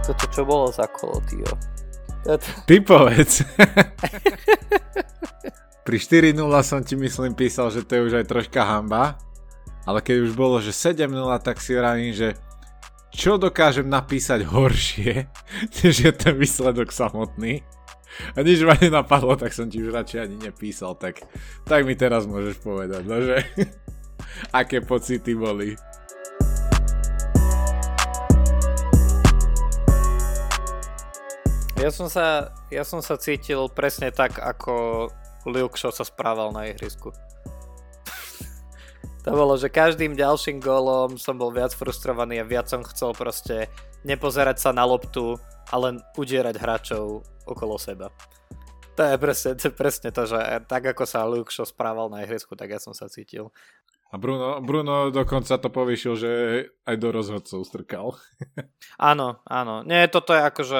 Toto čo bolo za kolo, tío? Ty povedz. Pri 4-0 som ti myslím písal, že to je už aj troška hanba, ale keď už bolo, že 7-0, tak si vravím, že čo dokážem napísať horšie, než je ten výsledok samotný. A nič ma nenapadlo, tak som ti už radšej ani nepísal, tak mi teraz môžeš povedať, no že aké pocity boli. Ja som sa cítil presne tak, ako Luke Shaw sa správal na ihrisku. To bolo, že každým ďalším gólom som bol viac frustrovaný a viac som chcel proste nepozerať sa na loptu a len udierať hráčov okolo seba. To je presne to, že tak ako sa Luke Shaw správal na ihrisku, tak ja som sa cítil. A Bruno dokonca to povýšil, že aj do rozhodcov strkal. Áno. Nie, toto je akože...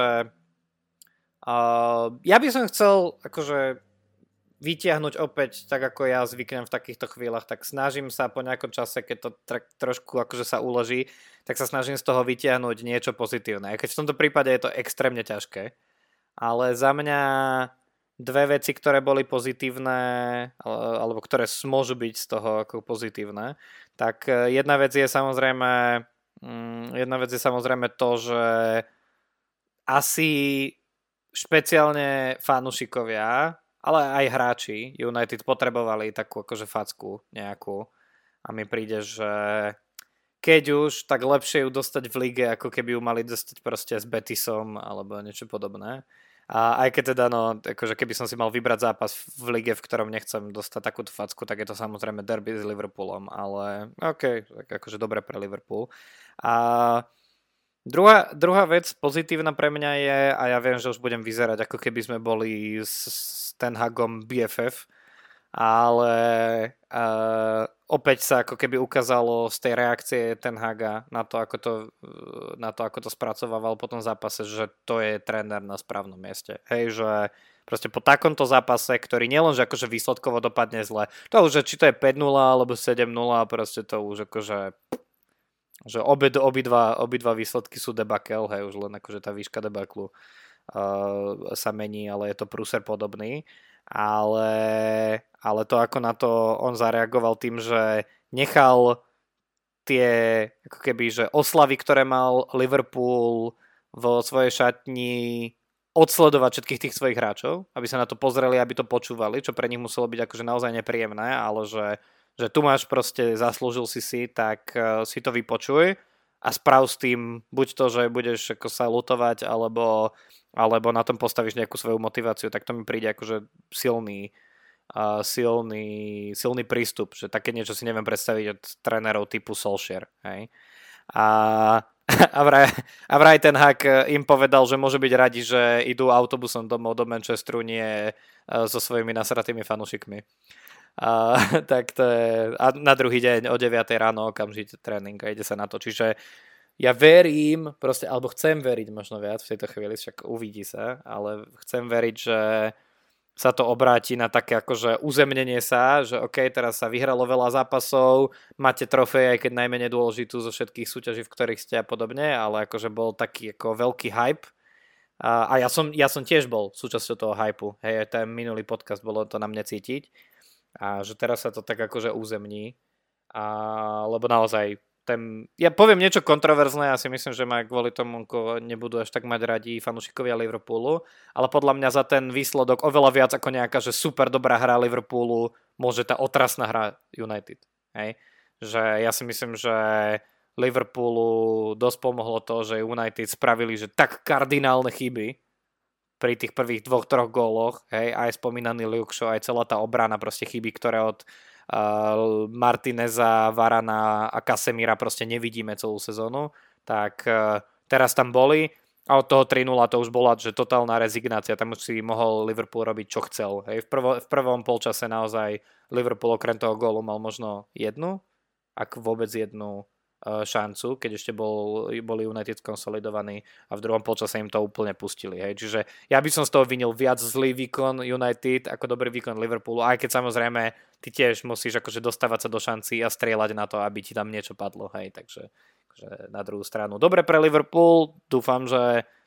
ja by som chcel akože vytiahnuť opäť, tak ako ja zvyknem v takýchto chvíľach, tak snažím sa po nejakom čase, keď to trošku akože sa uloží, tak sa snažím z toho vytiahnuť niečo pozitívne. Aj keď v tomto prípade je to extrémne ťažké. Ale za mňa dve veci, ktoré boli pozitívne, alebo ktoré môžu byť z toho ako pozitívne, tak jedna vec je samozrejme to, že asi špeciálne fanúšikovia, ale aj hráči United potrebovali takú akože facku nejakú. A mi príde, že keď už, tak lepšie ju dostať v lige, ako keby ju mali dostať proste s Betisom alebo niečo podobné. A aj keď teda, no, akože keby som si mal vybrať zápas v lige, v ktorom nechcem dostať takúto facku, tak je to samozrejme derby s Liverpoolom, ale okej, tak akože dobre pre Liverpool. A Druhá vec pozitívna pre mňa je, a ja viem, že už budem vyzerať, ako keby sme boli s Ten Hagom BFF, ale opäť sa ako keby ukázalo z tej reakcie Ten Haga na to, ako to spracovával po tom zápase, že to je tréner na správnom mieste. Hej, že proste po takomto zápase, ktorý nielenže akože výsledkovo dopadne zle, to už, či to je 5-0 alebo 7-0, proste to už akože... že obidva výsledky sú debakel, hej, už len akože tá výška debaklu sa mení, ale je to prúser podobný. Ale to, ako na to on zareagoval tým, že nechal tie ako keby, že oslavy, ktoré mal Liverpool vo svojej šatni, odsledovať všetkých tých svojich hráčov, aby sa na to pozreli, aby to počúvali, čo pre nich muselo byť akože naozaj nepríjemné, ale že tu máš proste, zaslúžil si, tak si to vypočuj a sprav s tým buď to, že budeš ako sa lutovať, alebo na tom postavíš nejakú svoju motiváciu, tak to mi príde akože silný prístup, že také niečo si neviem predstaviť od trénerov typu Solskjaer, hej. A vraj ten Hag im povedal, že môže byť radi, že idú autobusom domov do Manchesteru, nie so svojimi nasratými fanúšikmi. Tak to je, a na druhý deň o 9 ráno okamžite tréning a ide sa na to. Čiže ja verím, proste, alebo chcem veriť možno viac v tejto chvíli, však uvidí sa, ale chcem veriť, že sa to obráti na také akože uzemnenie sa, že OK, teraz sa vyhralo veľa zápasov, máte trofej, aj keď najmenej dôležitú zo všetkých súťaží, v ktorých ste a podobne, ale akože bol taký ako veľký hype. A ja som tiež bol súčasťou toho hypeu. Hej, ten minulý podcast bolo to na mne cítiť. A že teraz sa to tak akože územní, lebo naozaj ja poviem niečo kontroverzné, ja si myslím, že ma kvôli tomu nebudú až tak mať radi fanúšikovia Liverpoolu, ale podľa mňa za ten výsledok oveľa viac ako nejaká že super dobrá hra Liverpoolu môže tá otrasná hra United. Hej? Že ja si myslím, že Liverpoolu dosť pomohlo to, že United spravili že tak kardinálne chyby pri tých prvých 2-3 góloch, hej, aj spomínaný Luke Shaw, aj celá tá obrana, proste chyby, ktoré od Martineza, Varana a Casemira proste nevidíme celú sezónu, tak teraz tam boli a od toho 3-0 to už bola že totálna rezignácia, tam už si mohol Liverpool robiť čo chcel, hej, v prvom polčase naozaj Liverpool okrem toho gólu mal možno jednu, ak vôbec jednu šancu, keď ešte boli United konsolidovaní a v druhom polčase im to úplne pustili. Hej. Čiže ja by som z toho vinil viac zlý výkon United ako dobrý výkon Liverpoolu, aj keď samozrejme ty tiež musíš akože dostávať sa do šancí a strieľať na to, aby ti tam niečo padlo. Hej. Takže na druhú stranu dobre pre Liverpool, dúfam, že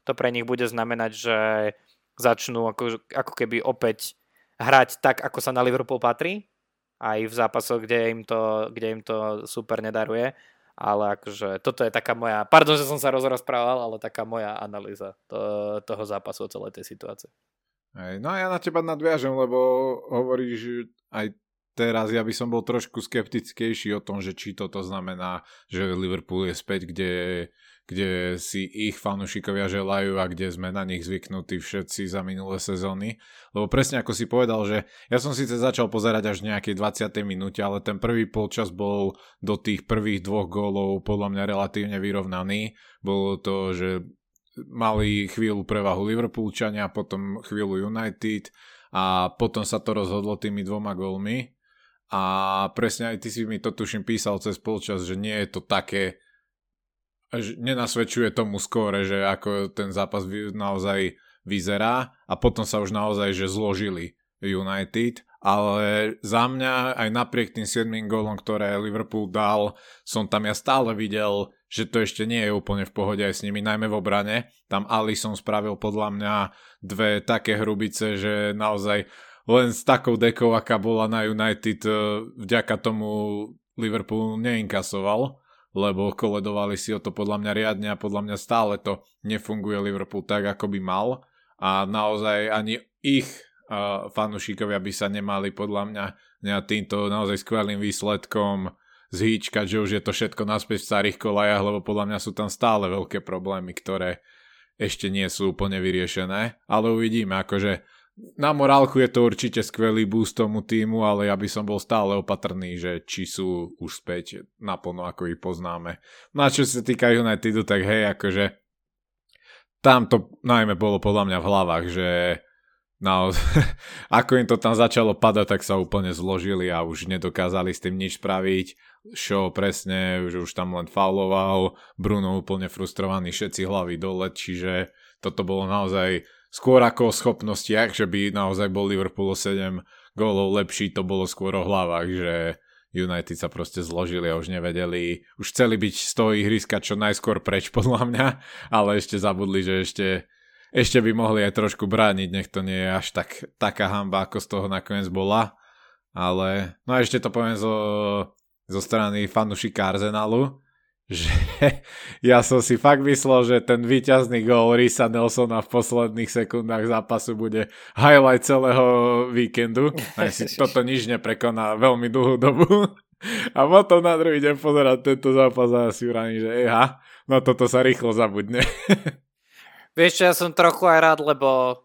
to pre nich bude znamenať, že začnú ako keby opäť hrať tak, ako sa na Liverpool patrí, aj v zápasoch, kde im to super nedaruje. Ale akože toto je taká moja, pardon, že som sa rozprával, ale taká moja analýza toho zápasu, celej tej situácie. No a ja na teba nadviažem, lebo hovoríš aj teraz, ja by som bol trošku skeptickejší o tom, že či toto znamená, že Liverpool je späť, kde si ich fanúšikovia želajú a kde sme na nich zvyknutí všetci za minulé sezóny. Lebo presne ako si povedal, že ja som síce začal pozerať až v nejakej 20. minúte, ale ten prvý polčas bol do tých prvých 2 gólov podľa mňa relatívne vyrovnaný. Bolo to, že mali chvíľu prevahu Liverpoolčania, potom chvíľu United a potom sa to rozhodlo tými 2 gólmi. A presne aj ty si mi to tuším písal cez polčas, že nie je to také, nenasvedčuje tomu skóre, že ako ten zápas naozaj vyzerá a potom sa už naozaj, že zložili United, ale za mňa aj napriek tým 7 gólom, ktoré Liverpool dal, som tam ja stále videl, že to ešte nie je úplne v pohode aj s nimi, najmä v obrane. Tam Alisson spravil podľa mňa 2 také hrubice, že naozaj len s takou dekou, aká bola na United, vďaka tomu Liverpool neinkasoval, lebo koledovali si o to podľa mňa riadne a podľa mňa stále to nefunguje Liverpool tak, ako by mal a naozaj ani ich fanúšikovia by sa nemali podľa mňa týmto naozaj skvelým výsledkom zhýčkať, že už je to všetko naspäť v starých kolajach, lebo podľa mňa sú tam stále veľké problémy, ktoré ešte nie sú úplne vyriešené, ale uvidíme, akože na morálku je to určite skvelý boost tomu týmu, ale ja by som bol stále opatrný, že či sú už späť naplno, ako ich poznáme. No a čo sa týka Unitedu, tak hej, akože tam to najmä bolo podľa mňa v hlavách, že ako im to tam začalo padať, tak sa úplne zložili a už nedokázali s tým nič spraviť. Shaw presne, že už tam len fauloval, Bruno úplne frustrovaný, všetci hlavy dole, čiže toto bolo naozaj skôr ako o schopnostiach, že by naozaj bol Liverpool o 7 gólov lepší, to bolo skôr o hlavách, že United sa proste zložili a už nevedeli, už chceli byť z toho ihriska čo najskôr preč podľa mňa, ale ešte zabudli, že ešte by mohli aj trošku brániť, nech to nie je až taká hanba, ako z toho nakoniec bola, ale no a ešte to poviem zo strany fanúšika Arsenalu, že ja som si fakt myslel, že ten víťazný gól Risa Nelsona v posledných sekundách zápasu bude highlight celého víkendu. Aj si toto nič neprekoná veľmi dlhú dobu. A potom na druhý deň pozerať tento zápas a si vrani, že no toto sa rýchlo zabudne. Vieš čo, ja som trochu aj rád, lebo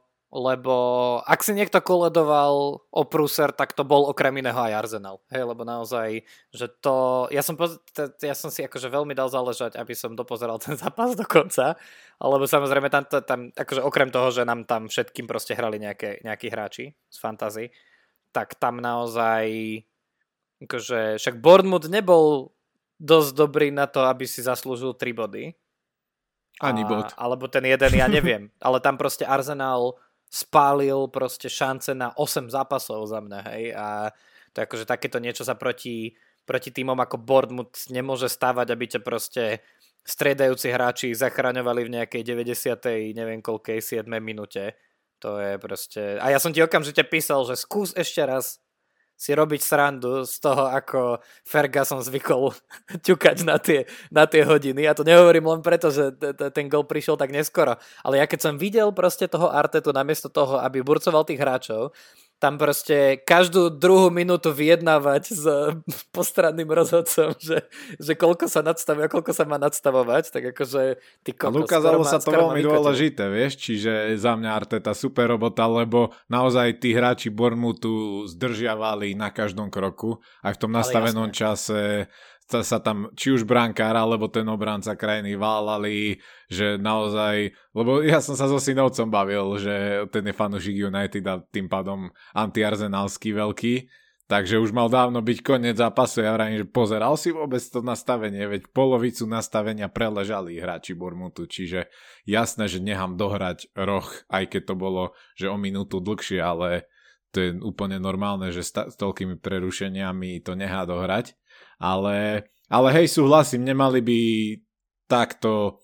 ak si niekto koledoval o prúser, tak to bol okrem iného aj Arsenal. Hej, lebo naozaj, že to... Ja som si akože veľmi dal záležať, aby som dopozeral ten zápas do konca, lebo samozrejme tam akože okrem toho, že nám tam všetkým proste hrali nejakí hráči z fantasy, tak tam naozaj akože však Bournemouth nebol dosť dobrý na to, aby si zaslúžil 3 body. Ani bod. Alebo ten jeden, ja neviem. Ale tam proste Arsenal spálil proste šance na 8 zápasov za mňa, hej, a to akože takéto niečo sa proti týmom ako Bournemouth nemôže stávať, aby ťa proste striedajúci hráči zachraňovali v nejakej 90. neviem koľkej 7. minúte. To je proste... A ja som ti okamžite písal, že skús ešte raz si robiť srandu z toho, ako Ferguson zvykol ťukať na tie hodiny. Ja to nehovorím len preto, že ten gol prišiel tak neskoro. Ale ja keď som videl proste toho Artetu namiesto toho, aby burcoval tých hráčov, tam proste každú druhú minútu vyjednávať s postranným rozhodcom, že koľko sa nadstavuje a koľko sa má nadstavovať, tak akože ty kokos. Ale ukázalo sa to veľmi dôležité, vieš, čiže za mňa Arteta super robota, lebo naozaj tí hráči Bournemouthu zdržiavali na každom kroku a v tom nastavenom čase sa tam či už brankár alebo ten obranca krajiny válali, že naozaj, lebo ja som sa so synovcom bavil, že ten je fanúšik United a tým pádom antiarzenálsky veľký, takže už mal dávno byť koniec zápasu. Ja vrajím, že pozeral si vôbec to nastavenie, veď polovicu nastavenia preležali hráči Bournemouthu, čiže jasné, že nechám dohrať roh, aj keď to bolo, že o minútu dlhšie, ale to je úplne normálne, že s toľkými prerušeniami to nechá dohrať. Ale hej, súhlasím, nemali by takto,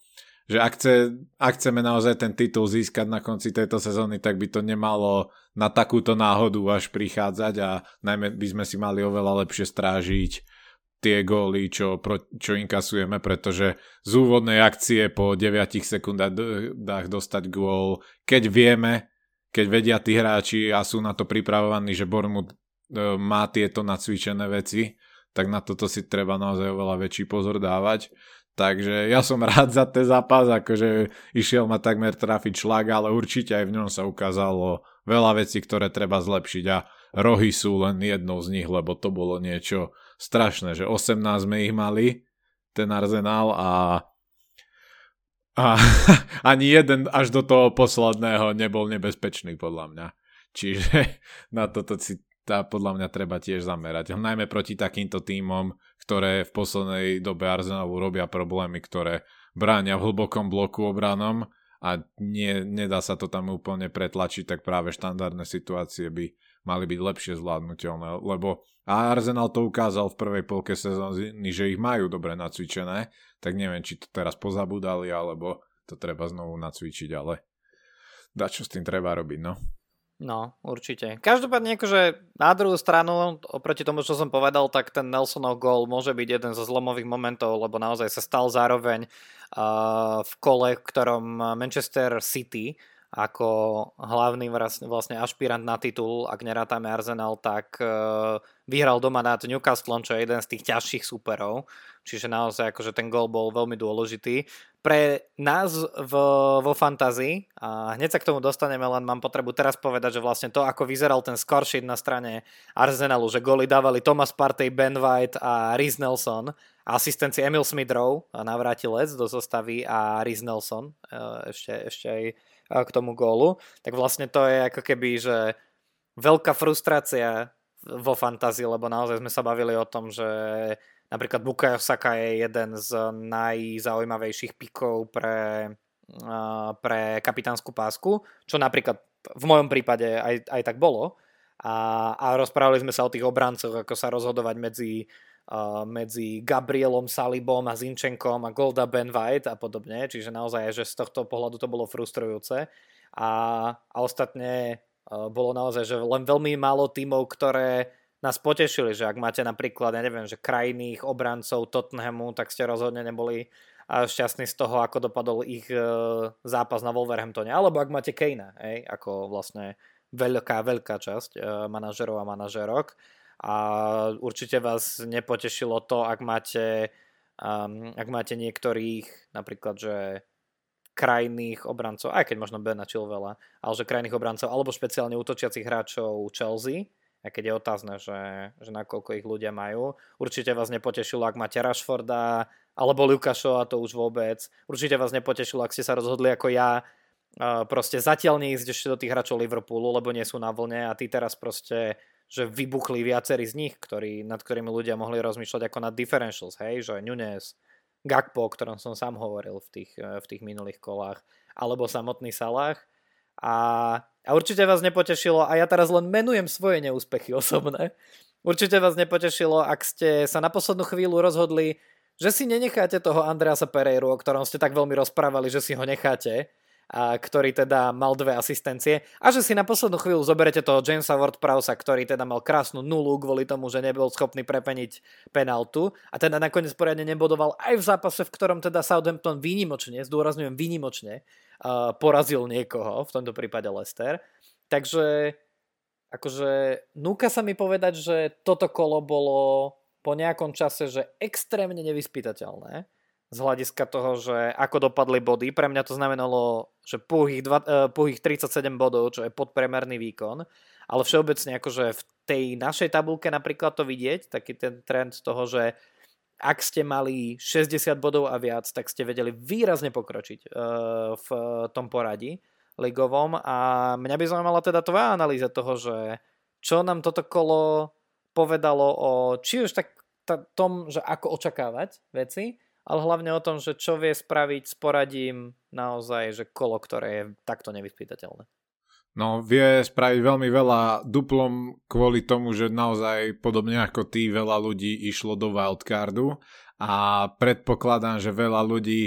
že ak chceme naozaj ten titul získať na konci tejto sezóny, tak by to nemalo na takúto náhodu až prichádzať a najmä by sme si mali oveľa lepšie strážiť tie góly, čo inkasujeme, pretože z úvodnej akcie po 9 sekundách dostať gól, keď vedia tí hráči a sú na to pripravovaní, že Bournemouth má tieto nacvičené veci, tak na toto si treba naozaj oveľa väčší pozor dávať. Takže ja som rád za ten zápas, akože išiel ma takmer trafiť šlag, ale určite aj v ňom sa ukázalo veľa vecí, ktoré treba zlepšiť a rohy sú len jednou z nich, lebo to bolo niečo strašné, že 18 sme ich mali, ten Arsenal a ani jeden až do toho posledného nebol nebezpečný podľa mňa. Čiže na toto si podľa mňa treba tiež zamerať. Najmä proti takýmto tímom, ktoré v poslednej dobe Arsenalu robia problémy, ktoré bránia v hlbokom bloku obranom a nedá sa to tam úplne pretlačiť, tak práve štandardné situácie by mali byť lepšie zvládnutelné, lebo Arsenal to ukázal v prvej polke sezóny, že ich majú dobre nacvičené, tak neviem, či to teraz pozabudali, alebo to treba znovu nacvičiť, ale čo s tým treba robiť, no. No, určite. Každopádne akože na druhú stranu, oproti tomu, čo som povedal, tak ten Nelsonov gól môže byť jeden zo zlomových momentov, lebo naozaj sa stal zároveň v kole, v ktorom Manchester City ako hlavný vlastne ašpirant na titul, ak nerátame Arsenal, tak vyhral doma nad Newcastlom, čo je jeden z tých ťažších súperov. Čiže naozaj akože ten gól bol veľmi dôležitý. Pre nás vo fantázii, a hneď sa k tomu dostaneme, len mám potrebu teraz povedať, že vlastne to, ako vyzeral ten score sheet na strane Arsenalu, že góly dávali Thomas Partey, Ben White a Reece Nelson, a asistencii Emil Smith-Rowe, navrátilec do zostavy, a Reece Nelson ešte aj k tomu gólu, tak vlastne to je ako keby, že veľká frustrácia vo fantázii, lebo naozaj sme sa bavili o tom, že napríklad Bukayo Saka je jeden z najzaujímavejších pikov pre kapitánsku pásku, čo napríklad v mojom prípade aj tak bolo. A rozprávali sme sa o tých obrancoch, ako sa rozhodovať medzi Gabrielom Salibom a Zinchenkom a Golda Ben White a podobne. Čiže naozaj, že z tohto pohľadu to bolo frustrujúce. A ostatne bolo naozaj, že len veľmi málo tímov, ktoré nás potešili, že ak máte napríklad, ja neviem, že krajných obrancov Tottenhamu, tak ste rozhodne neboli šťastní z toho, ako dopadol ich zápas na Wolverhamptone. Alebo ak máte Kanea, ako vlastne veľká časť manažerov a manažerok. A určite vás nepotešilo to, ak máte niektorých, napríklad, že krajných obrancov, aj keď možno Bena Chilwella, ale že krajných obrancov, alebo špeciálne útočiacich hráčov Chelsea, aj keď je otázne, že nakoľko ich ľudia majú. Určite vás nepotešilo, ak máte Rashforda alebo Lukáša, a to už vôbec. Určite vás nepotešilo, ak ste sa rozhodli ako ja proste zatiaľ neísť ešte do tých hráčov Liverpoolu, lebo nie sú na vlne a tí teraz proste, že vybuchli viacerí z nich, nad ktorými ľudia mohli rozmýšľať ako nad differentials, hej, že Núñez, Gakpo, o ktorom som sám hovoril v tých minulých kolách, alebo samotný Salah. A určite vás nepotešilo, a ja teraz len menujem svoje neúspechy osobné, určite vás nepotešilo, ak ste sa na poslednú chvíľu rozhodli, že si nenecháte toho Andreasa Pereiru, o ktorom ste tak veľmi rozprávali, že si ho necháte, a ktorý teda mal 2 asistencie, a že si na poslednú chvíľu zoberete toho Jamesa Ward-Prowsea, ktorý teda mal krásnu nulu kvôli tomu, že nebol schopný prepeniť penaltu a teda nakoniec poriadne nebodoval aj v zápase, v ktorom teda Southampton výnimočne, zdôrazňujem výnimočne, porazil niekoho, v tomto prípade Leicester. Takže akože núka sa mi povedať, že toto kolo bolo po nejakom čase, že extrémne nevyspytateľné z hľadiska toho, že ako dopadli body. Pre mňa to znamenalo, že pouhých 37 bodov, čo je podpriemerný výkon, ale všeobecne akože v tej našej tabulke napríklad to vidieť, taký ten trend toho, že ak ste mali 60 bodov a viac, tak ste vedeli výrazne pokročiť v tom poradí ligovom, a mňa by zaujímala teda tvoja analýza toho, že čo nám toto kolo povedalo o či už tak tom, že ako očakávať veci, ale hlavne o tom, že čo vie spraviť s poradím naozaj, že kolo, ktoré je takto nevyspytateľné. No, vie spraviť veľmi veľa duplom kvôli tomu, že naozaj podobne ako ty, veľa ľudí išlo do wildcardu a predpokladám, že veľa ľudí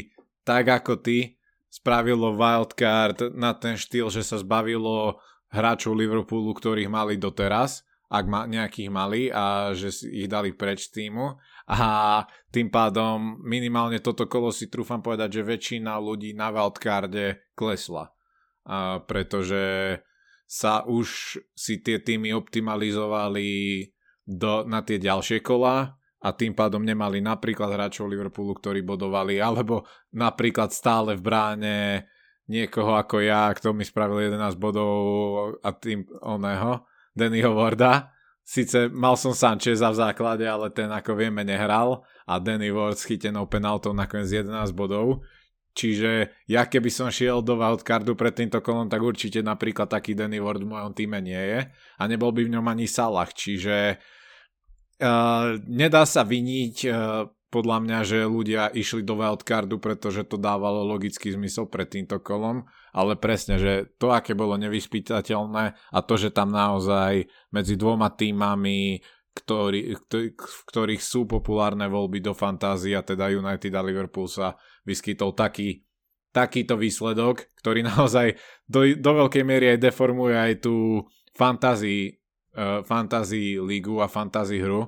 tak ako ty, spravilo wildcard na ten štýl, že sa zbavilo hráčov Liverpoolu, ktorých mali doteraz, ak nejakých mali, a že si ich dali preč z týmu. A tým pádom minimálne toto kolo si trúfam povedať, že väčšina ľudí na wildcarde klesla. Pretože sa už si tie týmy optimalizovali na tie ďalšie kola a tým pádom nemali napríklad hráčov Liverpoolu, ktorí bodovali, alebo napríklad stále v bráne niekoho ako ja, kto mi spravil 11 bodov a tým Dannyho Warda. Sice mal som Sancheza v základe, ale ten ako vieme nehral a Danny Ward s chytenou penaltou nakoniec 11 bodov. Čiže ja keby som šiel do wildcardu pred týmto kolom, tak určite napríklad taký Danny Ward v mojom týme nie je a nebol by v ňom ani Salah, čiže nedá sa viniť podľa mňa, že ľudia išli do wildcardu, pretože to dávalo logický zmysel pred týmto kolom, ale presne, že to, aké bolo nevyspytateľné a to, že tam naozaj medzi dvoma týmami, v ktorých sú populárne voľby do fantázie, a teda United a Liverpool, sa vyskytol takýto výsledok, ktorý naozaj do veľkej miery aj deformuje aj tú fantasy lígu a fantasy hru,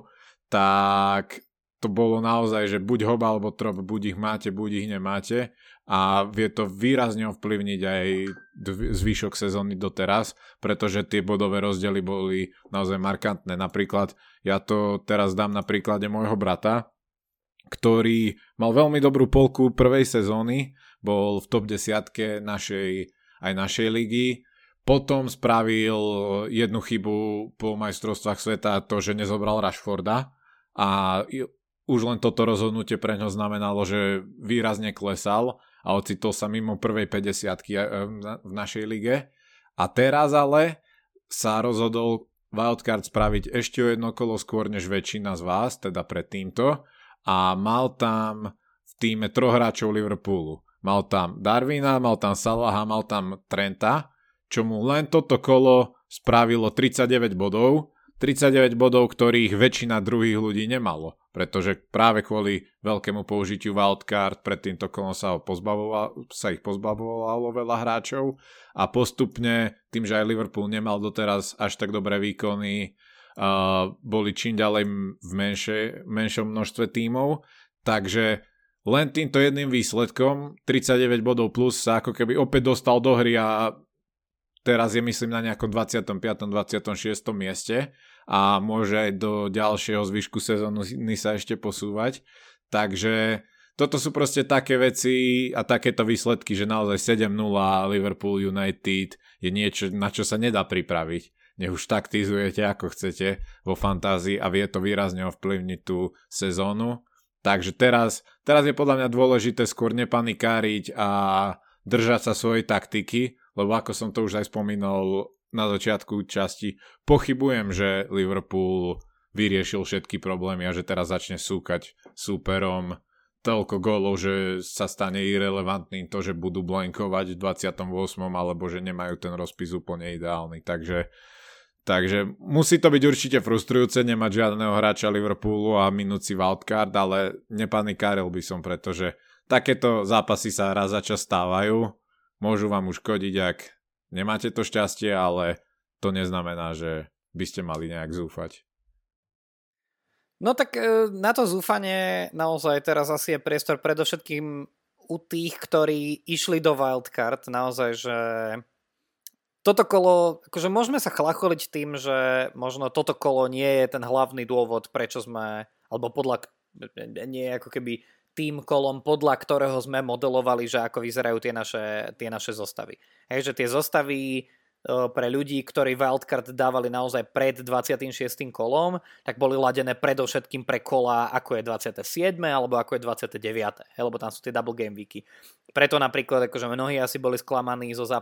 tak to bolo naozaj, že buď hob alebo trop, buď ich máte, buď ich nemáte, a vie to výrazne ovplyvniť aj zvyšok sezóny doteraz, pretože tie bodové rozdiely boli naozaj markantné. Napríklad, ja to teraz dám na príklade môjho brata, ktorý mal veľmi dobrú polku prvej sezóny, bol v top 10 našej ligy, potom spravil jednu chybu po majstrovstvách sveta, to, že nezobral Rashforda, a už len toto rozhodnutie pre ňo znamenalo, že výrazne klesal a ocitol sa mimo prvej 50 v našej lige. A teraz ale sa rozhodol wildcard spraviť ešte o jedno kolo skôr než väčšina z vás, teda pred týmto, a mal tam v týme 3 hráčov Liverpoolu. Mal tam Darwina, mal tam Salaha, mal tam Trenta, čo mu len toto kolo spravilo 39 bodov, ktorých väčšina druhých ľudí nemalo, pretože práve kvôli veľkému použitiu wildcard pred týmto kolom sa ich pozbavovalo veľa hráčov a postupne tým, že aj Liverpool nemal doteraz až tak dobré výkony, boli čím ďalej v menšom množstve tímov, takže len týmto jedným výsledkom 39 bodov plus sa ako keby opäť dostal do hry a teraz je myslím na nejakom 25. 26. mieste a môže aj do ďalšieho zvyšku sezóny sa ešte posúvať. Takže toto sú proste také veci a takéto výsledky, že naozaj 7-0 Liverpool United je niečo, na čo sa nedá pripraviť. Nech už taktizujete ako chcete vo fantázii a vie to výrazne ovplyvniť tú sezónu. Takže teraz je podľa mňa dôležité skôr nepanikáriť a držať sa svojej taktiky, lebo ako som to už aj spomínal na začiatku časti, pochybujem, že Liverpool vyriešil všetky problémy a že teraz začne súkať súperom toľko gólov, že sa stane irelevantným to, že budú blankovať v 28. alebo že nemajú ten rozpis úplne ideálny. Takže musí to byť určite frustrujúce nemať žiadneho hráča Liverpoolu a minúci wildcard, ale nepanikáril by som, pretože takéto zápasy sa raz za čas stávajú. Môžu vám uškodiť, ak nemáte to šťastie, ale to neznamená, že by ste mali nejak zúfať. No tak na to zúfanie naozaj teraz asi je priestor predovšetkým u tých, ktorí išli do wildcard. Naozaj, že toto kolo, akože môžeme sa chlacholiť tým, že možno toto kolo nie je ten hlavný dôvod, prečo sme, alebo nie je ako keby tým kolom, podľa ktorého sme modelovali, že ako vyzerajú tie naše zostavy. Hej, že tie zostavy pre ľudí, ktorí wildcard dávali naozaj pred 26. kolom, tak boli ladené predovšetkým pre kola, ako je 27. alebo ako je 29. Lebo tam sú tie double game weeky. Preto napríklad, akože mnohí asi boli sklamaní zo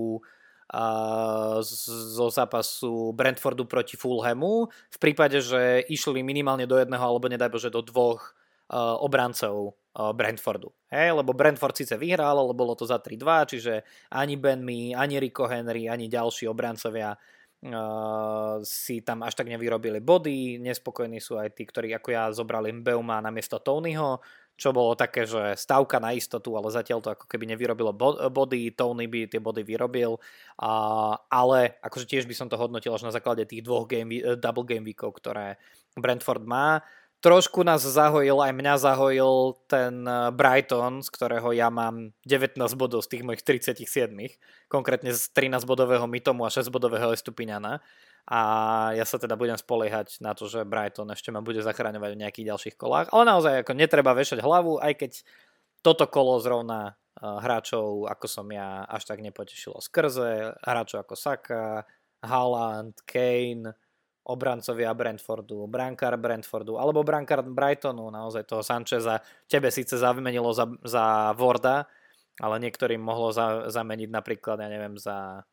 zápasu Brentfordu proti Fulhamu, v prípade, že išli minimálne do jedného alebo nedaj Bože do dvoch obrancov Brentfordu. Hej, lebo Brentford síce vyhral, ale bolo to za 3-2, čiže ani Ben Mee, ani Rico Henry, ani ďalší obrancovia si tam až tak nevyrobili body. Nespokojní sú aj tí, ktorí ako ja zobrali Mbeuma namiesto Tonyho, čo bolo také, že stávka na istotu, ale zatiaľ to ako keby nevyrobilo body, Tony by tie body vyrobil, ale akože tiež by som to hodnotil až na základe tých double game weekov, ktoré Brentford má. Trošku nás zahojil, aj mňa zahojil ten Brighton, z ktorého ja mám 19 bodov z tých mojich 37, konkrétne z 13-bodového Mitomu a 6-bodového Estupiňana. A ja sa teda budem spoliehať na to, že Brighton ešte ma bude zachraňovať v nejakých ďalších kolách. Ale naozaj ako netreba vešať hlavu, aj keď toto kolo zrovna hráčov, ako som ja, až tak nepotešilo. Skrze hráčov ako Saka, Haaland, Kane, obrancovia Brentfordu, brankár Brentfordu, alebo brankár Brightonu, naozaj toho Sancheza. Tebe síce zamenilo za Warda, ale niektorým mohlo zameniť napríklad, ja neviem, za...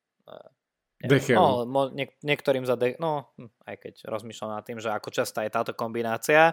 niektorým za aj keď rozmýšľam nad tým, že ako častá je táto kombinácia,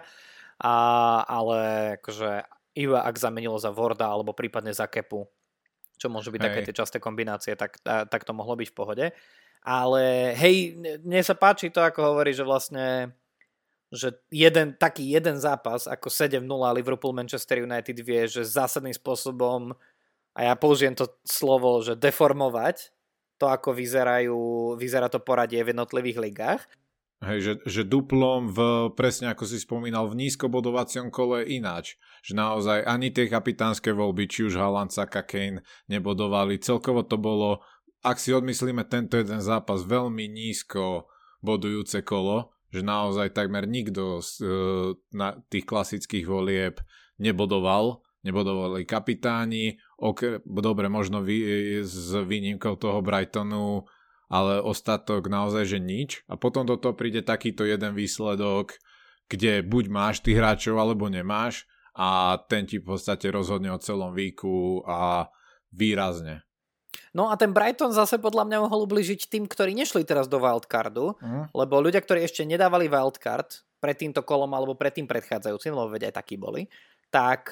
ale akože iba ak zamenilo za Warda alebo prípadne za Kepu, čo môžu byť také tie časté kombinácie, tak to mohlo byť v pohode. Ale hej, mne sa páči to, ako hovorí, že vlastne že jeden zápas ako 7-0 Liverpool-Manchester United vie, že zásadným spôsobom, a ja použijem to slovo, že deformovať to, ako vyzerá to poradie v jednotlivých ligách. Hej, že duplom presne ako si spomínal, v nízkobodovacom kole ináč. Že naozaj ani tie kapitánske voľby, či už Haaland, Saka, Kane nebodovali. Celkovo to bolo, ak si odmyslíme tento jeden zápas, veľmi nízko bodujúce kolo, že naozaj takmer nikto z tých klasických volieb nebodovali kapitáni, dobre, možno s výnimkou toho Brightonu, ale ostatok naozaj, že nič. A potom do toho príde takýto jeden výsledok, kde buď máš tých hráčov, alebo nemáš a ten ti v podstate rozhodne o celom výku a výrazne. No a ten Brighton zase podľa mňa mohol ubližiť tým, ktorí nešli teraz do wildcardu, lebo ľudia, ktorí ešte nedávali wildcard pred týmto kolom alebo pred tým predchádzajúcim, lebo veď aj takí boli, tak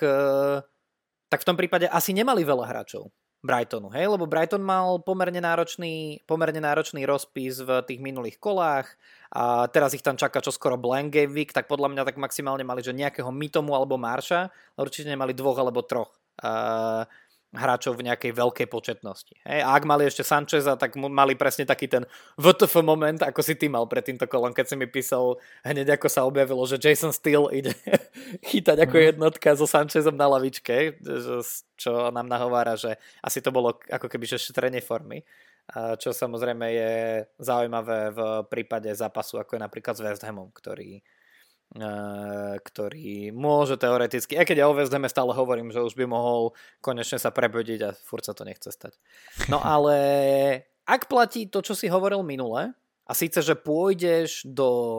v tom prípade asi nemali veľa hráčov Brightonu, hej? Lebo Brighton mal pomerne náročný rozpis v tých minulých kolách a teraz ich tam čaká čoskoro blank game week, tak podľa mňa tak maximálne mali, že nejakého Mitomu alebo Marsha, ale určite nemali 2 alebo 3 hráčov v nejakej veľkej početnosti. Hej? A ak mali ešte Sancheza, tak mali presne taký ten WTF moment, ako si ty mal pred týmto kolom, keď si mi písal hneď ako sa objavilo, že Jason Steele ide chytať ako jednotka so Sanchezom na lavičke, čo nám nahovára, že asi to bolo ako keby že šetrenie formy, čo samozrejme je zaujímavé v prípade zápasu, ako je napríklad s West Hamom, ktorý môže teoreticky, aj keď ja o West Hame stále hovorím, že už by mohol konečne sa prebudiť a furt sa to nechce stať. No ale ak platí to, čo si hovoril minule, a síce, že pôjdeš do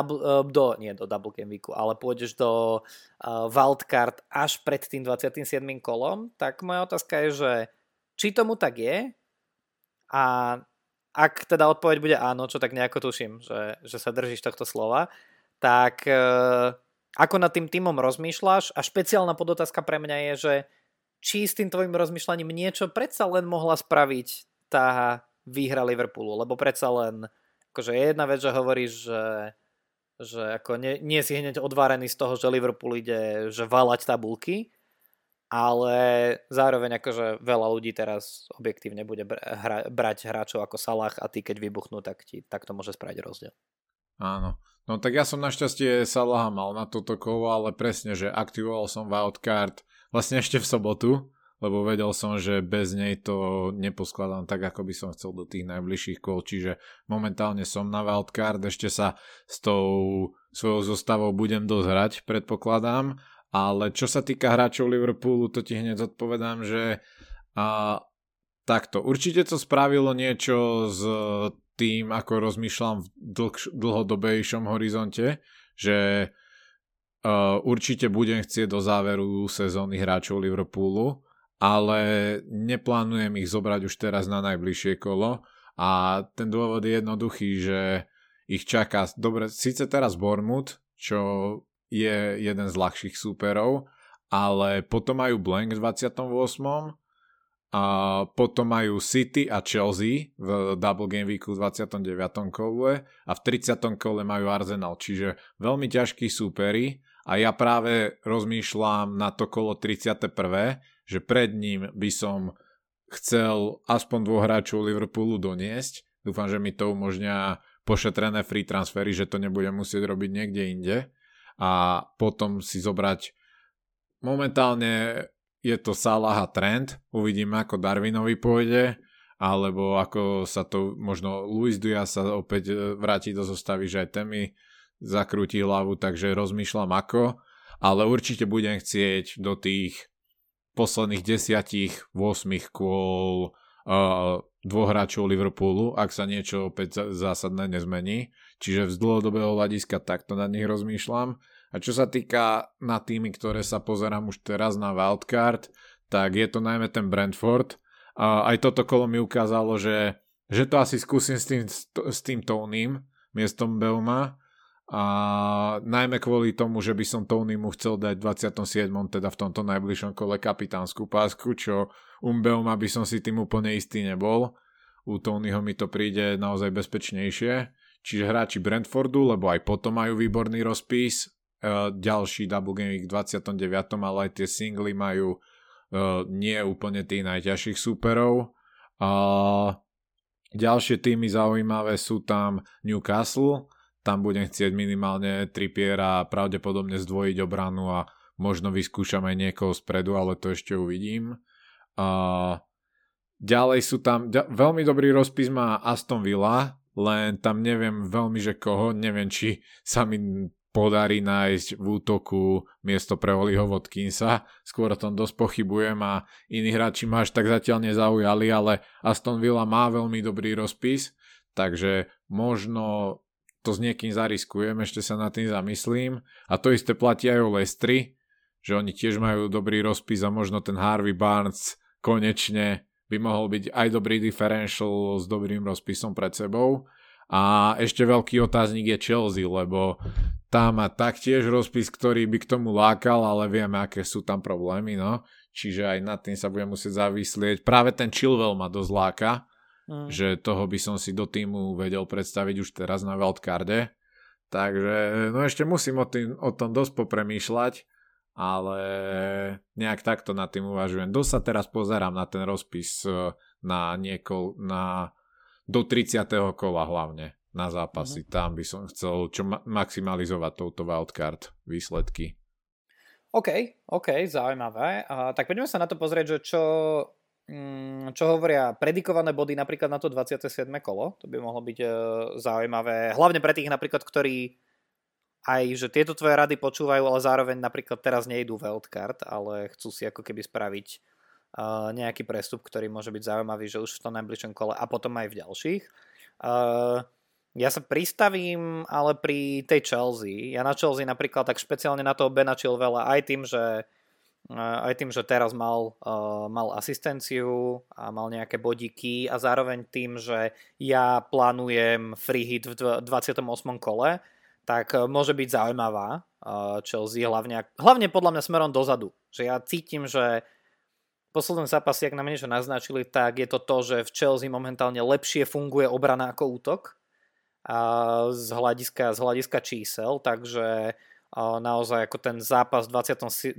double game weeku, ale pôjdeš do wildcard až pred tým 27. kolom, tak moja otázka je, že či tomu tak je a ak teda odpoveď bude áno, čo tak nejako tuším, že sa držíš tohto slova, tak ako nad tým tímom rozmýšľaš? A špeciálna podotázka pre mňa je, že či s tým tvojim rozmýšľaním niečo predsa len mohla spraviť tá výhra Liverpoolu, lebo predsa len akože je jedna vec, že hovoríš, že ako nie si hneď odvárený z toho, že Liverpool ide že valať tabulky, ale zároveň akože veľa ľudí teraz objektívne bude brať hráčov ako Salah a ty keď vybuchnú, tak to môže spraviť rozdiel. Áno. No tak ja som našťastie Salaha mal na toto kolo, ale presne, že aktivoval som wildcard vlastne ešte v sobotu, lebo vedel som, že bez nej to neposkladám tak, ako by som chcel do tých najbližších kol, čiže momentálne som na wildcard, ešte sa s tou svojou zostavou budem dozhrať, predpokladám, ale čo sa týka hráčov Liverpoolu, to ti hneď odpovedám, že takto, určite to spravilo niečo z tým, ako rozmýšľam v dlhodobejšom horizonte, že určite budem chcieť do záveru sezóny hráčov Liverpoolu, ale neplánujem ich zobrať už teraz na najbližšie kolo a ten dôvod je jednoduchý, že ich čaká, dobre, síce teraz Bournemouth, čo je jeden z ľahších súperov, ale potom majú blank v 28. A potom majú City a Chelsea v double game weeku v 29. kole a v 30. kole majú Arsenal, čiže veľmi ťažkí súperi A ja práve rozmýšľam na to kolo 31., že pred ním by som chcel aspoň 2 hráčov Liverpoolu doniesť. Dúfam, že mi to umožňa pošetrené free transfery, že to nebudem musieť robiť niekde inde. A potom si zobrať, momentálne je to Salah a Trent, uvidíme ako Darwinovi pôjde, alebo ako sa to, možno Luis Diaz sa opäť vráti do zostavy, že aj ten mi zakrúti hlavu, takže rozmýšľam ako, ale určite budem chcieť do tých posledných 10-8 kôl 2 hráčov Liverpoolu, ak sa niečo opäť zásadné nezmení. Čiže z dlhodobého hľadiska takto na nich rozmýšľam. A čo sa týka na týmy, ktoré sa pozerám už teraz na wildcard, tak je to najmä ten Brentford. Aj toto kolo mi ukázalo, že to asi skúsim s tým Tonym miestom Beuma. A najmä kvôli tomu, že by som Tonymu chcel dať 27. teda v tomto najbližšom kole kapitánsku pásku, čo Beuma by som si tým úplne istý nebol. U Tonyho mi to príde naozaj bezpečnejšie. Čiže hráči Brentfordu, lebo aj potom majú výborný rozpis. Ďalší Double Game Week v 29. ale aj tie singly majú nie úplne tých najťažších súperov. Ďalšie týmy zaujímavé sú tam Newcastle. Tam budem chcieť minimálne Trippiera, pravdepodobne zdvojiť obranu a možno vyskúšam aj niekoho spredu, ale to ešte uvidím. Ďalej sú tam, veľmi dobrý rozpis má Aston Villa, len tam neviem veľmi, že koho, neviem, či sa mi podarí nájsť v útoku miesto pre Oliho Watkinsa. Skôr o tom dosť pochybujem a iní hráči ma až tak zatiaľ nezaujali, ale Aston Villa má veľmi dobrý rozpis, takže možno to s niekým zariskujem, ešte sa nad tým zamyslím. A to isté platí aj o Leicestri, že oni tiež majú dobrý rozpis a možno ten Harvey Barnes konečne by mohol byť aj dobrý differential s dobrým rozpisom pred sebou. A ešte veľký otáznik je Chelsea, lebo tam má taktiež rozpis, ktorý by k tomu lákal, ale vieme, aké sú tam problémy, no. Čiže aj nad tým sa budem musieť zavyslieť. Práve ten Chilwell ma dosť láka, že toho by som si do týmu vedel predstaviť už teraz na wildcarde. Takže no ešte musím o tom dosť popremýšľať, ale nejak takto nad tým uvažujem. Dosť sa teraz pozerám na ten rozpis do 30. kola hlavne na zápasy. Tam by som chcel maximalizovať touto wildcard výsledky. OK, zaujímavé. Tak poďme sa na to pozrieť, že čo hovoria predikované body napríklad na to 27. kolo. To by mohlo byť zaujímavé. Hlavne pre tých napríklad, ktorí aj, že tieto tvoje rady počúvajú, ale zároveň napríklad teraz nejdú wildcard, ale chcú si ako keby spraviť nejaký prestup, ktorý môže byť zaujímavý, že už v tom najbližšom kole a potom aj v ďalších. Ja sa pristavím ale pri tej Chelsea. Ja na Chelsea napríklad tak špeciálne na toho Bena Chilwella aj tým, že teraz mal asistenciu a mal nejaké bodíky a zároveň tým, že ja plánujem free hit v 28. kole, tak môže byť zaujímavá Chelsea, hlavne podľa mňa smerom dozadu. Že ja cítim, že posledné zápasy, ak nám niečo naznačili, tak je to, že v Chelsea momentálne lepšie funguje obrana ako útok z hľadiska čísel, takže naozaj ako ten zápas v 28.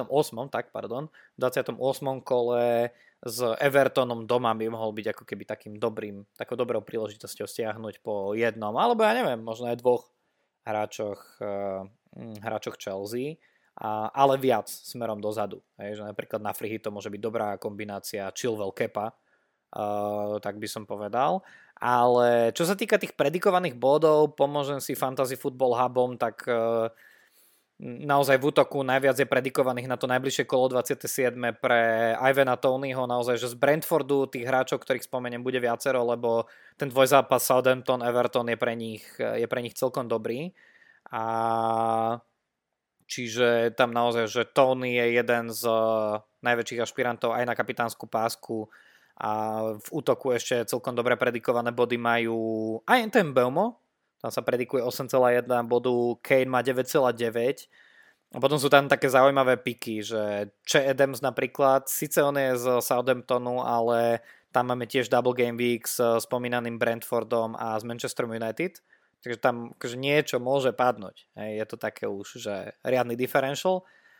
kole s Evertonom doma by mohol byť ako keby takou dobrou príležitosťou stiahnuť po jednom, alebo ja neviem, možno aj 2 hráčoch Chelsea, ale viac smerom dozadu. Že napríklad na free hit to môže byť dobrá kombinácia Chilwell Kepa, tak by som povedal. Ale čo sa týka tých predikovaných bodov, pomôžem si Fantasy Football Hubom, tak naozaj v útoku najviac je predikovaných na to najbližšie kolo 27. pre Ivana Toneyho, naozaj, že z Brentfordu tých hráčov, ktorých spomeniem, bude viacero, lebo ten dvojzápas Southampton Everton je pre nich celkom dobrý. A čiže tam naozaj, že Tony je jeden z najväčších ašpirantov aj na kapitánsku pásku a v útoku ešte celkom dobre predikované body majú aj ten Belmo. Tam sa predikuje 8,1 bodu, Kane má 9,9 a potom sú tam také zaujímavé piky, že Che Adams napríklad, síce on je z Southamptonu, ale tam máme tiež Double Game Week s spomínaným Brentfordom a s Manchesterom United, takže tam akože niečo môže padnúť. Je to také už, že riadny differential,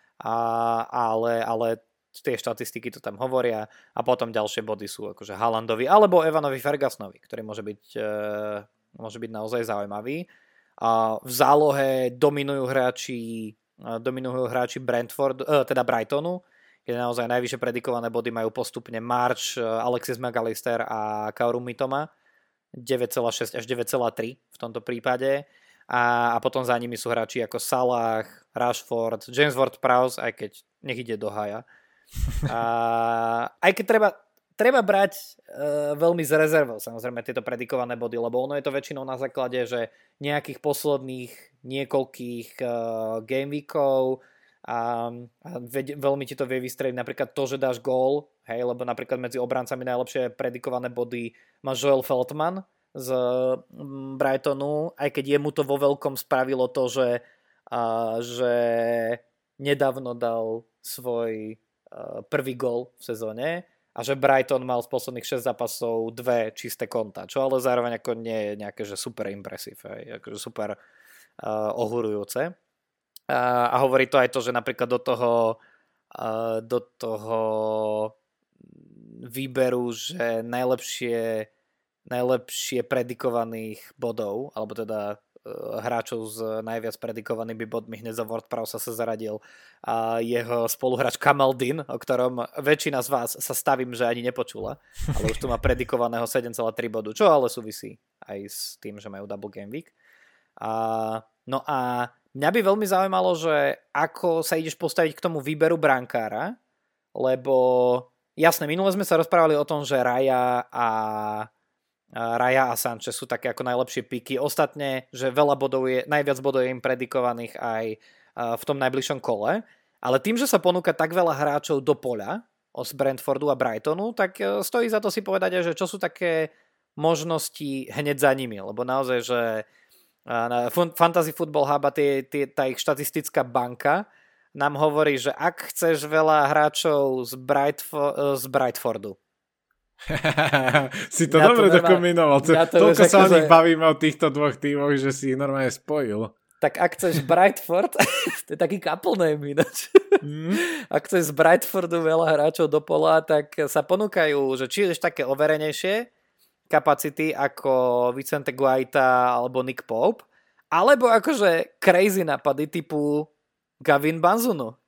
ale tie štatistiky to tam hovoria a potom ďalšie body sú akože Haalandovi alebo Evanovi Fergusonovi, ktorý môže byť naozaj zaujímavý. A v zálohe dominujú hráči Brightonu, kde naozaj najvyššie predikované body majú postupne March, Alexis McAllister a Kaoru Mitoma 9,6 až 9,3 v tomto prípade. A potom za nimi sú hráči ako Salah, Rashford, James Ward-Prowse, aj keď nech ide do haja. Aj keď treba brať veľmi z rezervou samozrejme tieto predikované body, lebo ono je to väčšinou na základe, že nejakých posledných niekoľkých game weekov a veľmi ti to vie vystreliť napríklad to, že dáš gól, hej, lebo napríklad medzi obrancami najlepšie predikované body má Joel Feldman z Brightonu, aj keď jemu to vo veľkom spravilo to, že nedávno dal svoj prvý gól v sezóne a že Brighton mal z posledných 6 zápasov 2 čisté konta, čo ale zároveň ako nie je nejaké že super impresive, akože super ohurujúce. A hovorí to aj to, že napríklad do toho výberu, že najlepšie predikovaných bodov, alebo teda hráčov s najviac predikovanými bodmi hneď za Ward-Prowse sa zaradil a jeho spoluhráč Kamaldin, o ktorom väčšina z vás sa stavím, že ani nepočula, ale už tu má predikovaného 7,3 bodu, čo ale súvisí aj s tým, že majú double game week. No a mňa by veľmi zaujímalo, že ako sa ideš postaviť k tomu výberu brankára, lebo jasné, minule sme sa rozprávali o tom, že Raya a Sanchez sú také ako najlepšie piky. Ostatne, že najviac bodov je im predikovaných aj v tom najbližšom kole. Ale tým, že sa ponúka tak veľa hráčov do poľa z Brentfordu a Brightonu, tak stojí za to si povedať, že čo sú také možnosti hneď za nimi. Lebo naozaj, že Fantasy Football Hub a tá ich štatistická banka nám hovorí, že ak chceš veľa hráčov z Brightfordu, si to dobre dokominoval. Toľko sa o nich bavíme o týchto dvoch tímoch, že si ich normálne spojil. Tak ak chceš Brightford, to je taký couple name ináč. Ak chceš z Brightfordu veľa hráčov do pola, tak sa ponúkajú, že či už také overenejšie kapacity ako Vicente Guaita alebo Nick Pope, alebo akože crazy napady typu Gavin Banzunu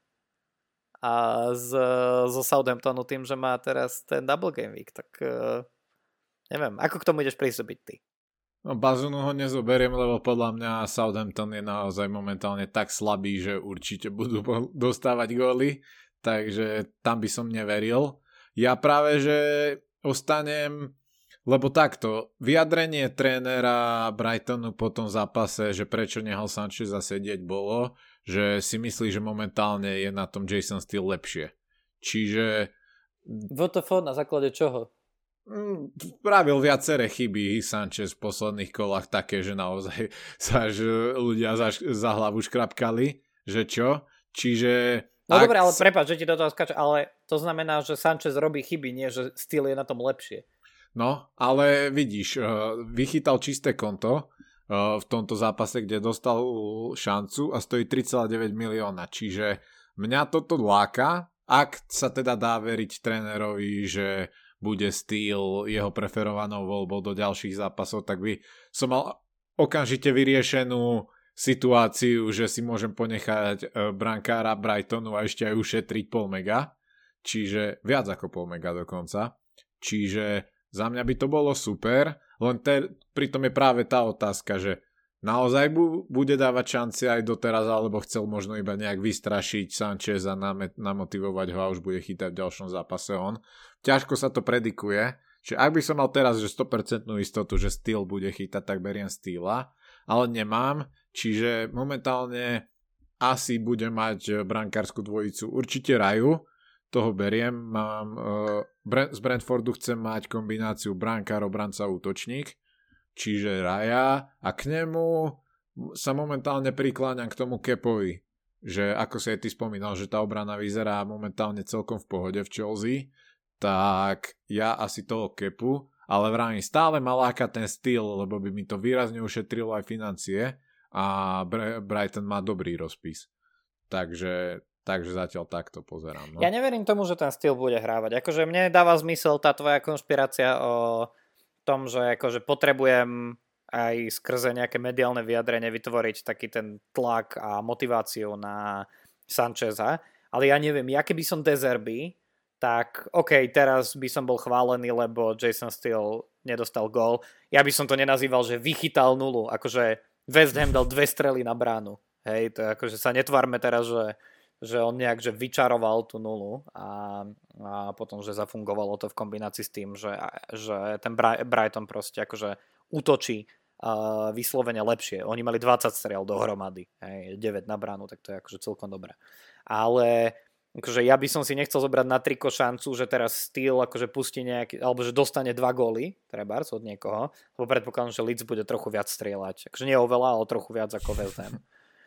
a zo Southamptonu tým, že má teraz ten double game week, tak neviem, ako k tomu ideš pristúpiť ty? No Bazunu ho nezoberiem, lebo podľa mňa Southampton je naozaj momentálne tak slabý, že určite budú dostávať góly, takže tam by som neveril. Ja práve, že ostanem, lebo takto, vyjadrenie trénera Brightonu po tom zápase, že prečo nehal Sancheza sedieť, bolo, že si myslí, že momentálne je na tom Jason Steele lepšie. Čiže... WTF na základe čoho? Spravil viaceré chyby Sanchez v posledných kolách také, že naozaj sa ľudia za hlavu škrapkali, že čo? Čiže... No dobre, ale prepáč, že ti do toho skáčem, ale to znamená, že Sanchez robí chyby, nie že Steele je na tom lepšie. No, ale vidíš, vychytal čisté konto v tomto zápase, kde dostal šancu a stojí 3,9 milióna. Čiže mňa toto láka, ak sa teda dá veriť trénerovi, že bude Steele jeho preferovanou voľbou do ďalších zápasov, tak by som mal okamžite vyriešenú situáciu, že si môžem ponechať brankára Brightonu a ešte aj ušetriť pol mega, čiže viac ako pol mega dokonca. Čiže za mňa by to bolo super, len pritom je práve tá otázka, že naozaj bude dávať šance aj doteraz, alebo chcel možno iba nejak vystrašiť Sanchez a namotivovať ho a už bude chytať v ďalšom zápase on. Ťažko sa to predikuje, že ak by som mal teraz že 100% istotu, že Steele bude chytať, tak beriem Steela, ale nemám, čiže momentálne asi budem mať brankárskú dvojicu určite Raju, toho beriem, z Brentfordu chcem mať kombináciu brankár, obranca, útočník, čiže Raja a k nemu sa momentálne prikláňam k tomu Kepovi, že ako sa aj ty spomínal, že tá obrana vyzerá momentálne celkom v pohode v Chelsea, tak ja asi toho Kepu ale vravím, stále ma láka ten styl, lebo by mi to výrazne ušetrilo aj financie a Brighton má dobrý rozpis. Takže zatiaľ takto pozerám. No. Ja neverím tomu, že ten styl bude hrávať. Akože mne dáva zmysel tá tvoja konšpirácia o tom, že akože potrebujem aj skrze nejaké mediálne vyjadrenie vytvoriť taký ten tlak a motiváciu na Sancheza. Ale ja neviem, ja keby som De Zerbi, tak OK, teraz by som bol chválený, lebo Jason Steele nedostal gól. Ja by som to nenazýval, že vychytal nulu. Akože West Ham dal 2 strely na bránu. Hej, to je akože sa netvárme teraz, že on nejak že vyčaroval tú nulu a potom, že zafungovalo to v kombinácii s tým, že ten Brighton proste akože útočí vyslovene lepšie. Oni mali 20 striel dohromady, 9 na bránu, tak to je akože celkom dobré. Ale akože ja by som si nechcel zobrať na triko šancu, že teraz Steele akože pustí nejaký, alebo že dostane 2 góly, trebárs od niekoho, lebo predpokladám, že Leeds bude trochu viac strieľať. Akože nie oveľa, ale trochu viac ako West Ham.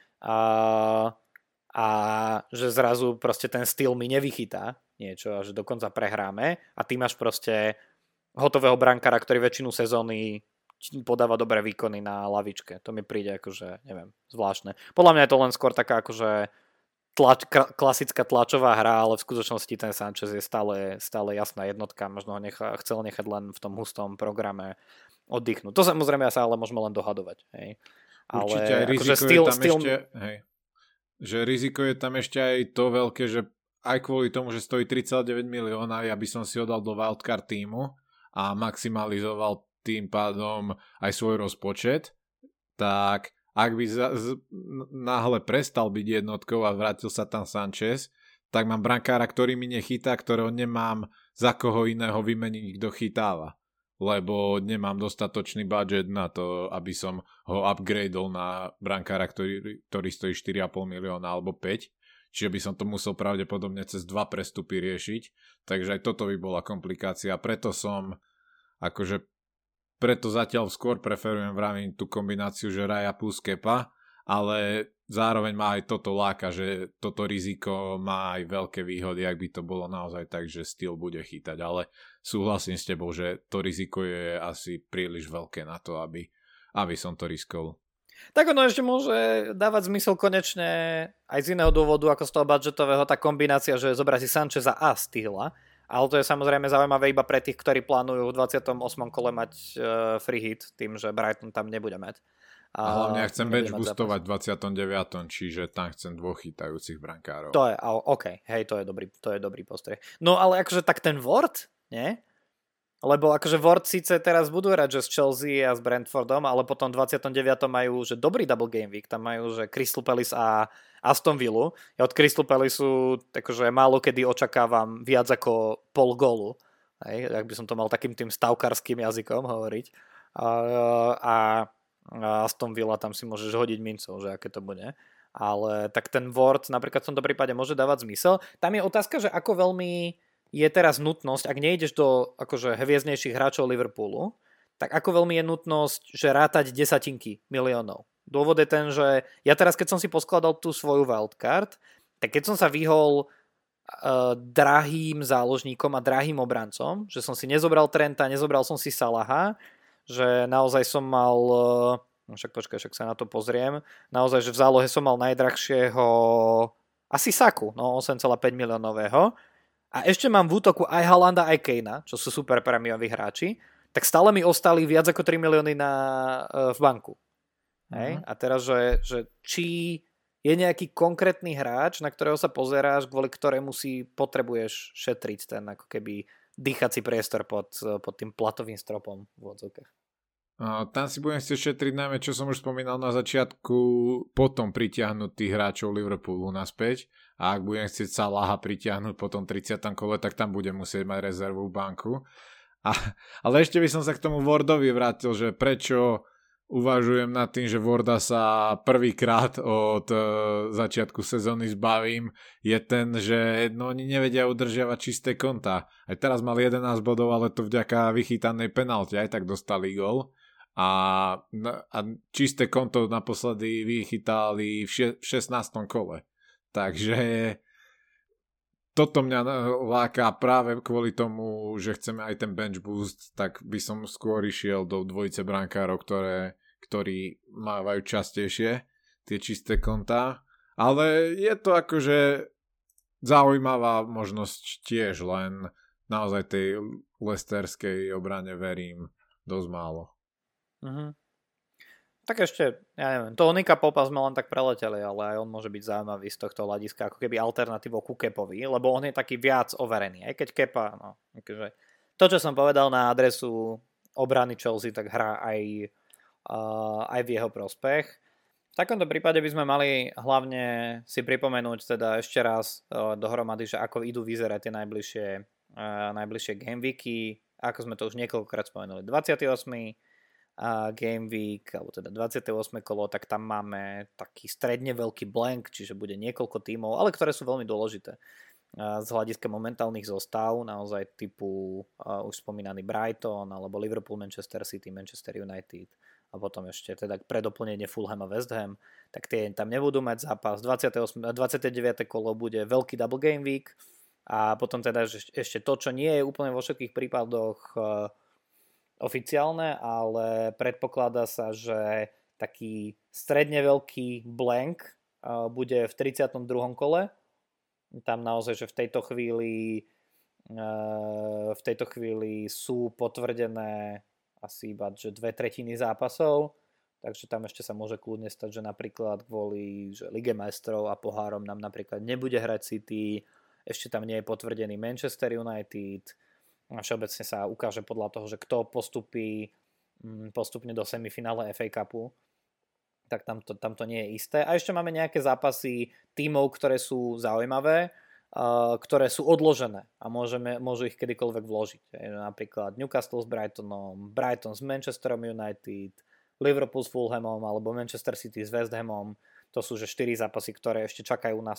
A že zrazu proste ten Steele mi nevychytá niečo a že dokonca prehráme a ty máš proste hotového brankára, ktorý väčšinu sezóny podáva dobré výkony na lavičke. To mi príde akože, neviem, zvláštne. Podľa mňa je to len skôr taká akože klasická tlačová hra, ale v skutočnosti ten Sanchez je stále jasná jednotka. Možno ho chcel nechať len v tom hustom programe oddychnúť. To samozrejme sa ale môžeme len dohadovať. Hej. Určite ale aj riziko akože je tam ešte... Hej. Že riziko je tam ešte aj to veľké, že aj kvôli tomu, že stojí 3,9 milióna, ja by som si ho dal do wildcard týmu a maximalizoval tým pádom aj svoj rozpočet, tak ak by náhle prestal byť jednotkou a vrátil sa tam Sanchez, tak mám brankára, ktorý mi nechytá, ktorého nemám za koho iného vymeniť, kto chytáva. Lebo nemám dostatočný budget na to, aby som ho upgradeol na brankára, ktorý stojí 4,5 milióna alebo 5. Čiže by som to musel pravdepodobne cez 2 prestupy riešiť. Takže aj toto by bola komplikácia. Preto zatiaľ skôr preferujem vravím tú kombináciu, že Raya plus Kepa, ale zároveň má aj toto láka, že toto riziko má aj veľké výhody, ak by to bolo naozaj tak, že Steele bude chytať, ale súhlasím s tebou, že to riziko je asi príliš veľké na to, aby som to riskol. Tak ono ešte môže dávať zmysel konečne aj z iného dôvodu, ako z toho budžetového, tá kombinácia, že zobrá si Sancheza a Steela. Ale to je samozrejme zaujímavé iba pre tých, ktorí plánujú v 28. kole mať free hit, tým, že Brighton tam nebude mať. A hlavne ja chcem bench boostovať v 29. Čiže tam chcem 2 chytajúcich brankárov. To je, OK, hej, to je dobrý postreh. No ale akože tak ten Ward, nie? Lebo akože Ward síce teraz budú hrať, že s Chelsea a s Brentfordom, ale potom 29. majú, že dobrý double game week, tam majú, že Crystal Palace a Aston Villa. Ja od Crystal Palaceu takže málo kedy očakávam viac ako pol gólu. Hej, ak by som to mal takým tým stavkarským jazykom hovoriť. A Aston Villa tam si môžeš hodiť mincov, že aké to bude. Ale tak ten Ward napríklad v tomto prípade môže dávať zmysel. Tam je otázka, že ako veľmi je teraz nutnosť, ak nejdeš do akože hviezdnejších hráčov Liverpoolu, tak ako veľmi je nutnosť, že rátať desatinky miliónov. Dôvod je ten, že ja teraz, keď som si poskladal tú svoju wildcard, tak keď som sa vyhol drahým záložníkom a drahým obrancom, že som si nezobral Trenta, nezobral som si Salaha, že naozaj som mal, však sa na to pozriem, naozaj, že v zálohe som mal najdrahšieho asi Saku, 8,5 miliónového a ešte mám v útoku aj Haalanda, aj Kanea, čo sú super prémioví hráči, tak stále mi ostali viac ako 3 milióny v banku. Hej? A teraz, že či je nejaký konkrétny hráč, na ktorého sa pozeráš, kvôli ktorému si potrebuješ šetriť ten ako keby dýchací priestor pod tým platovým stropom v odzokách. Tam si budem chcieť šetriť najmä, čo som už spomínal na začiatku, potom pritiahnuť tých hráčov Liverpoolu naspäť a ak budem chcieť Salaha pritiahnuť po tom 30. kole, tak tam budem musieť mať rezervu v banku. Ale ešte by som sa k tomu Wardovi vrátil, že prečo uvažujem nad tým, že Warda sa prvýkrát od začiatku sezóny zbavím, je ten, že oni nevedia udržiavať čisté konta. Aj teraz mal 11 bodov, ale to vďaka vychytanej penalte aj tak dostali gól. A čisté konto naposledy vychytali v 16. kole. Takže toto mňa láka práve kvôli tomu, že chceme aj ten bench boost, tak by som skôr išiel do dvojice brankárov, ktorí mávajú častejšie tie čisté kontá. Ale je to akože zaujímavá možnosť tiež, len naozaj tej lesterskej obrane verím dosť málo. Mhm. Tak ešte, ja neviem, toho Nika Popa sme len tak preleteli, ale aj on môže byť zaujímavý z tohto hľadiska, ako keby alternatívou ku Kepovi, lebo on je taký viac overený, aj keď Kepa, no, akože to, čo som povedal na adresu obrany Chelsea, tak hrá aj v jeho prospech. V takomto prípade by sme mali hlavne si pripomenúť teda ešte raz dohromady, že ako idú vyzerať tie najbližšie gameweeky, ako sme to už niekoľkokrát spomenuli. 28. Game Week, alebo teda 28. kolo, tak tam máme taký stredne veľký blank, čiže bude niekoľko tímov, ale ktoré sú veľmi dôležité z hľadiska momentálnych zostav, naozaj typu už spomínaný Brighton, alebo Liverpool, Manchester City, Manchester United a potom ešte teda pre doplnenie Fulham a West Ham, tak tie tam nebudú mať zápas. 29. kolo bude veľký double game week a potom teda ešte to, čo nie je úplne vo všetkých prípadoch oficiálne, ale predpokladá sa, že taký stredne veľký blank bude v 32. kole. Tam naozaj, že v tejto chvíli sú potvrdené asi iba že 2/3 zápasov, takže tam ešte sa môže kľudne stať, že napríklad kvôli že Lige majstrov a pohárom nám napríklad nebude hrať City, ešte tam nie je potvrdený Manchester United, a všeobecne sa ukáže podľa toho, že kto postupne do semifinále FA Cupu, tak tam to nie je isté. A ešte máme nejaké zápasy tímov, ktoré sú zaujímavé, ktoré sú odložené a môžu ich kedykoľvek vložiť. Napríklad Newcastle s Brightonom, Brighton s Manchesterom United, Liverpool s Fulhamom alebo Manchester City s West Hamom. To sú že 4 zápasy, ktoré ešte čakajú na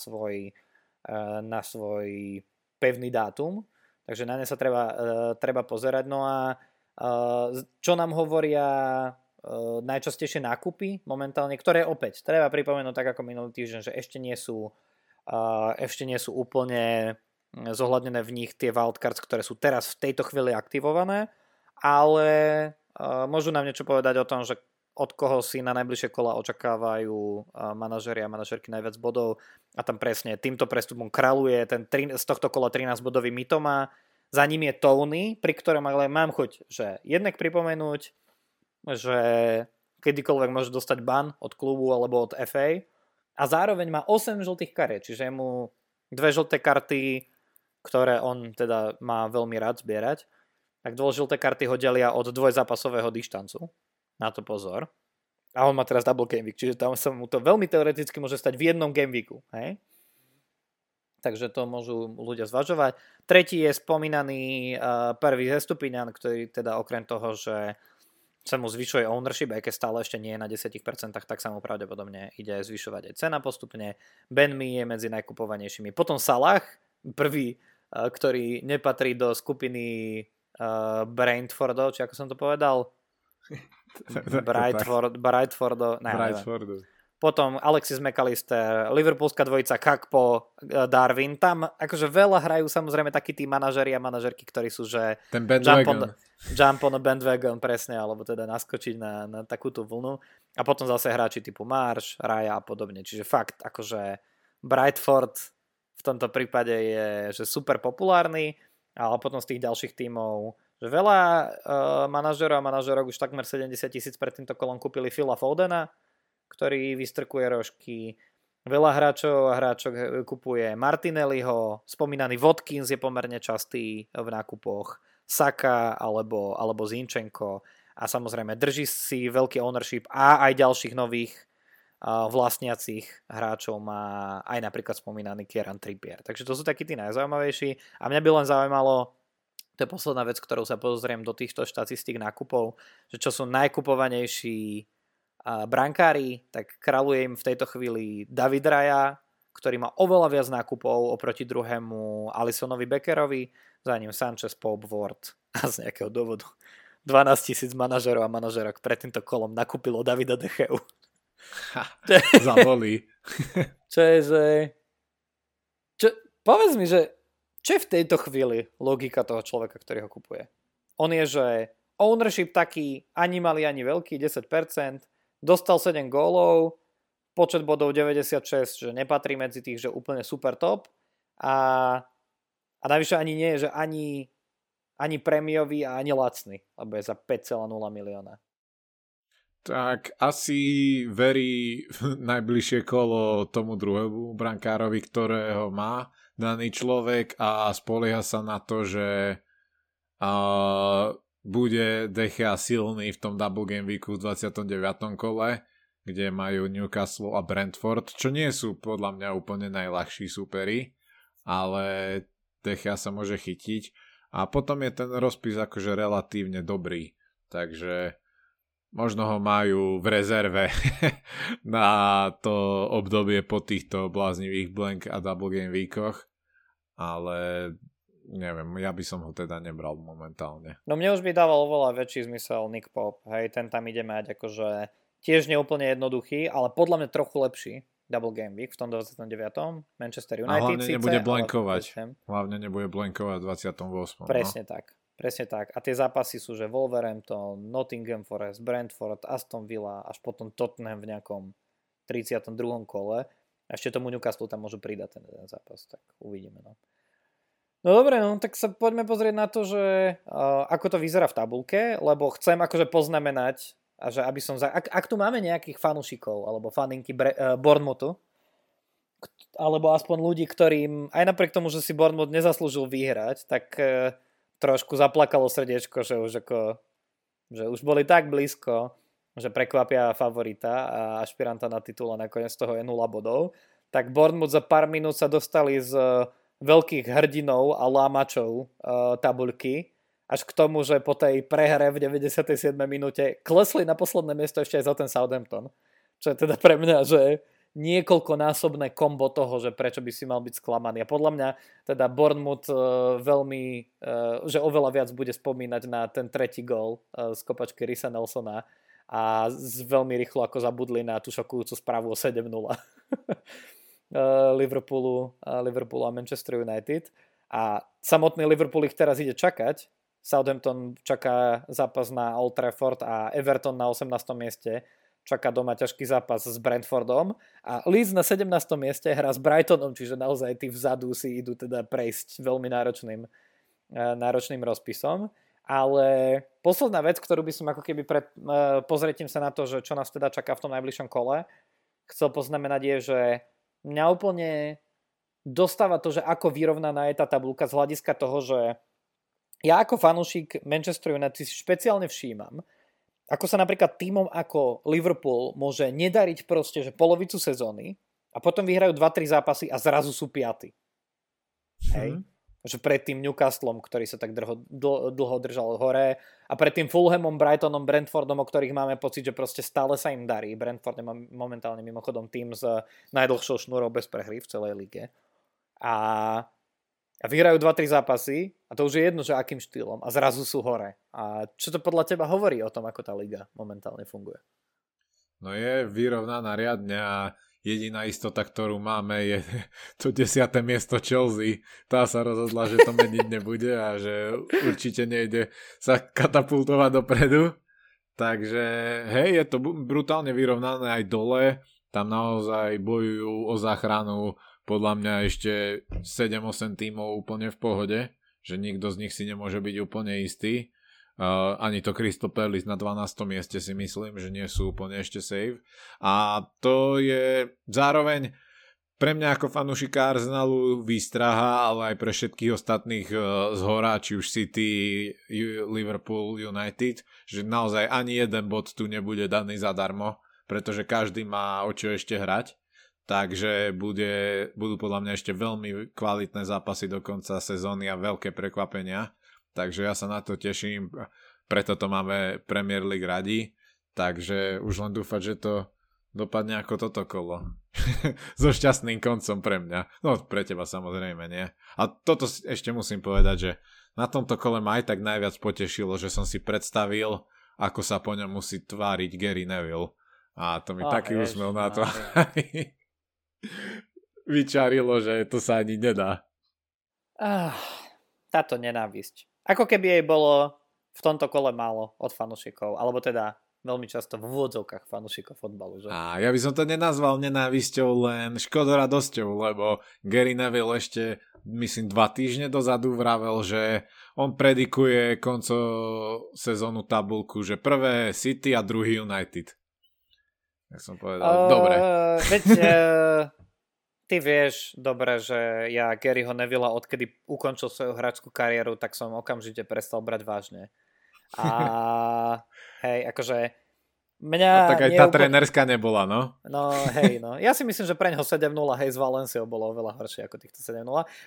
svoj pevný dátum. Takže na ne sa treba pozerať. No a čo nám hovoria najčastejšie nákupy momentálne, ktoré opäť treba pripomenúť tak ako minulý týždeň, že ešte nie sú úplne zohľadnené v nich tie wildcards, ktoré sú teraz v tejto chvíli aktivované, ale môžu nám niečo povedať o tom, že od koho si na najbližšie kola očakávajú manažeri a manažerky najviac bodov a tam presne týmto prestupom kráľuje z tohto kola 13-bodový Mitoma, za ním je Tony, pri ktorom ale mám chuť, že jednak pripomenúť, že kedykoľvek môže dostať ban od klubu alebo od FA a zároveň má 8 žltých kariet, čiže mu 2 žlté karty, ktoré on teda má veľmi rád zbierať, tak 2 žlté karty ho delia od dvojzápasového dištancu. Na to pozor. A on má teraz double game week, čiže tam sa mu to veľmi teoreticky môže stať v jednom game weeku. Hej? Takže to môžu ľudia zvažovať. Tretí je spomínaný prvý ze Stupinian, ktorý teda okrem toho, že sa mu zvyšuje ownership, aj keď stále ešte nie je na 10%, tak sa mu pravdepodobne ide zvyšovať aj cena postupne. Ben Mee je medzi najkupovanejšími. Potom Salah, prvý, ktorý nepatrí do skupiny Brentfordov, či ako som to povedal, Brightfordu. Potom Alexis McAllister, liverpoolská dvojica Kakpo, Darwin. Tam akože veľa hrajú samozrejme takí tí manažeri a manažerky, ktorí sú, že ten bandwagon. Jump on a bandwagon, presne, alebo teda naskočiť na takúto vlnu. A potom zase hráči typu Marsh, Raya a podobne. Čiže fakt, akože Brightford v tomto prípade je že super populárny, ale potom z tých ďalších tímov že veľa manažerov a manažerok už takmer 70,000 pred týmto kolom kúpili Phila Fodena, ktorý vystrkuje rožky. Veľa hráčov a hráčok kupuje Martinelliho, spomínaný Watkins je pomerne častý v nákupoch, Saka alebo Zinchenko a samozrejme drží si veľký ownership a aj ďalších nových vlastniacich hráčov má aj napríklad spomínaný Kieran Trippier. Takže to sú takí tí najzaujímavejší a mňa by len zaujímalo, to je posledná vec, ktorou sa pozriem do týchto štatistík nákupov, že čo sú najkupovanejší brankári, tak kráľuje im v tejto chvíli David Raya, ktorý má oveľa viac nákupov oproti druhému Alissonovi Beckerovi, za ním Sanchez, Pope, Ward a z nejakého dôvodu 12,000 manažerov a manažerok pred týmto kolom nakúpilo Davida De Geu. Zabolí. Čo je, že... povedz mi, že čo je v tejto chvíli logika toho človeka, ktorý ho kupuje? On je, že ownership taký ani malý, ani veľký, 10%, dostal 7 gólov, počet bodov 96, že nepatrí medzi tých, že úplne super top a navyše ani nie je, že ani prémiový a ani lacný, lebo je za 5,0 milióna. Tak asi verí najbližšie kolo tomu druhému brankárovi, ktorého má daný človek a spolieha sa na to, že bude De Gea silný v tom double game weeku v 29. kole, kde majú Newcastle a Brentford, čo nie sú podľa mňa úplne najľahší súperi, ale De Gea sa môže chytiť a potom je ten rozpis akože relatívne dobrý, takže možno ho majú v rezerve na to obdobie po týchto bláznivých blank a double game weekoch, ale neviem, ja by som ho teda nebral momentálne. No mne už by dával oveľa väčší zmysel Nick Pope, hej, ten tam ide mať akože tiež neúplne jednoduchý, ale podľa mňa trochu lepší double game week v tom 29. Manchester United. A hlavne síce, nebude blankovať. Hlavne nebude blankovať v 28. Presne tak. Presne tak. A tie zápasy sú, že Wolverhampton, Nottingham Forest, Brentford, Aston Villa, až potom Tottenham v nejakom 32. kole. A ešte tomu Newcastle tam môžu pridať ten jeden zápas. Tak uvidíme. No dobre, no tak sa poďme pozrieť na to, že ako to vyzerá v tabulke, lebo chcem akože poznamenať, a že aby som ak tu máme nejakých fanúšikov alebo faninky Bournemouthu, alebo aspoň ľudí, ktorým aj napriek tomu, že si Bournemouth nezaslúžil vyhrať, tak trošku zaplakalo srdiečko, že už boli tak blízko, že prekvapia favorita a ašpiranta na titul a nakoniec z toho je 0 bodov. Tak Bournemouth za pár minút sa dostali z veľkých hrdinov a lámačov tabuľky až k tomu, že po tej prehre v 97. minúte klesli na posledné miesto ešte aj za ten Southampton. Čo je teda pre mňa, že niekoľkonásobné kombo toho, že prečo by si mal byť sklamaný. A podľa mňa teda Bournemouth že oveľa viac bude spomínať na ten tretí gól z kopačky Risa Nelsona a veľmi rýchlo ako zabudli na tú šokujúcu správu o 7-0 Liverpoolu a Manchester United. A samotný Liverpool ich teraz ide čakať. Southampton čaká zápas na Old Trafford a Everton na 18. mieste čaká doma ťažký zápas s Brentfordom a Leeds na 17. mieste hrá s Brightonom, čiže naozaj tí vzadu si idú teda prejsť veľmi náročným rozpisom. Ale posledná vec, ktorú by som ako keby pred pozretím sa na to, že čo nás teda čaká v tom najbližšom kole, chcel poznamenať je, že mňa úplne dostáva to, že ako vyrovnaná je tá tabuľka z hľadiska toho, že ja ako fanúšik Manchester United si špeciálne všímam, ako sa napríklad tímom ako Liverpool môže nedariť proste, že polovicu sezóny a potom vyhrajú 2-3 zápasy a zrazu sú 5. Hej? Že pred tým Newcastlom, ktorý sa tak dlho držal hore a pred tým Fulhamom, Brightonom, Brentfordom, o ktorých máme pocit, že proste stále sa im darí. Brentford je momentálne mimochodom tým s najdlhšou šnúrou bez prehry v celej lige. A vyhrajú 2-3 zápasy a to už je jedno, že akým štýlom a zrazu sú hore. A čo to podľa teba hovorí o tom, ako tá liga momentálne funguje? No je vyrovnaná riadne a jediná istota, ktorú máme, je to 10. miesto Chelsea. Tá sa rozhodla, že to meniť nebude a že určite nejde sa katapultovať dopredu. Takže hej, je to brutálne vyrovnané aj dole. Tam naozaj bojujú o záchranu podľa mňa ešte 7-8 tímov úplne v pohode, že nikto z nich si nemôže byť úplne istý. Ani to Crystal Palace na 12. mieste si myslím, že nie sú úplne ešte safe. A to je zároveň pre mňa ako fanúšika Arsenalu výstraha, ale aj pre všetkých ostatných zhora, či už City, Liverpool, United, že naozaj ani jeden bod tu nebude daný zadarmo, pretože každý má o čo ešte hrať. Takže budú podľa mňa ešte veľmi kvalitné zápasy do konca sezóny a veľké prekvapenia. Takže ja sa na to teším, preto to máme Premier League radi. Takže už len dúfať, že to dopadne ako toto kolo. So šťastným koncom pre mňa. No pre teba samozrejme nie. A toto ešte musím povedať, že na tomto kole ma aj tak najviac potešilo, že som si predstavil, ako sa po ňom musí tváriť Gary Neville. A to mi taký úsmev na to vyčarilo, že to sa ani nedá. Táto nenávisť. Ako keby jej bolo v tomto kole málo od fanúšikov, alebo teda veľmi často v úvodzovkách fanúšikov fotbalu. Že? A ja by som to nenazval nenávisťou, len škodoradosťou, lebo Gary Neville ešte, myslím, 2 týždne dozadu vravel, že on predikuje konco sezónu tabulku, že prvé City a druhý United. Tak som povedal, dobre. Veď ty vieš dobre, že ja Garyho Nevilla, odkedy ukončil svoju hráčskú kariéru, tak som okamžite prestal brať vážne. A hej, akože mňa... No, tak aj tá trénerská nebola, no. No hej, no. Ja si myslím, že preňho 7-0, hej, s Valenciou bolo oveľa horšie ako týchto 7-0.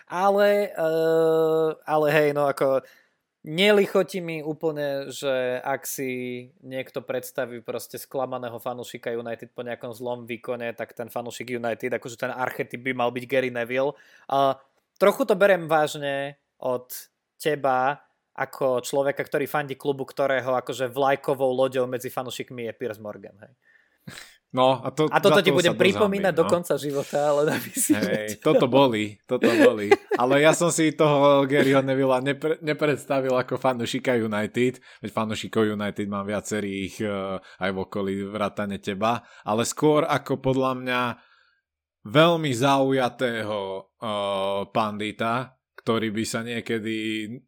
Ale hej, no ako nelichotí mi úplne, že ak si niekto predstaví proste sklamaného fanúšika United po nejakom zlom výkone, tak ten fanúšik United, akože ten archetyp by mal byť Gary Neville. Trochu to beriem vážne od teba, ako človeka, ktorý fandí klubu, ktorého akože vlajkovou loďou medzi fanúšikmi je Piers Morgan, hej. No, a toto ti budem pripomínať do konca života, ale hej, toto boli. Ale ja som si toho Garyho Nevilla nepredstavil ako fanúšika United, veď fanúšikov United mám viacerých aj v okolí vrátane teba, ale skôr ako podľa mňa veľmi zaujatého pandita, ktorý by sa niekedy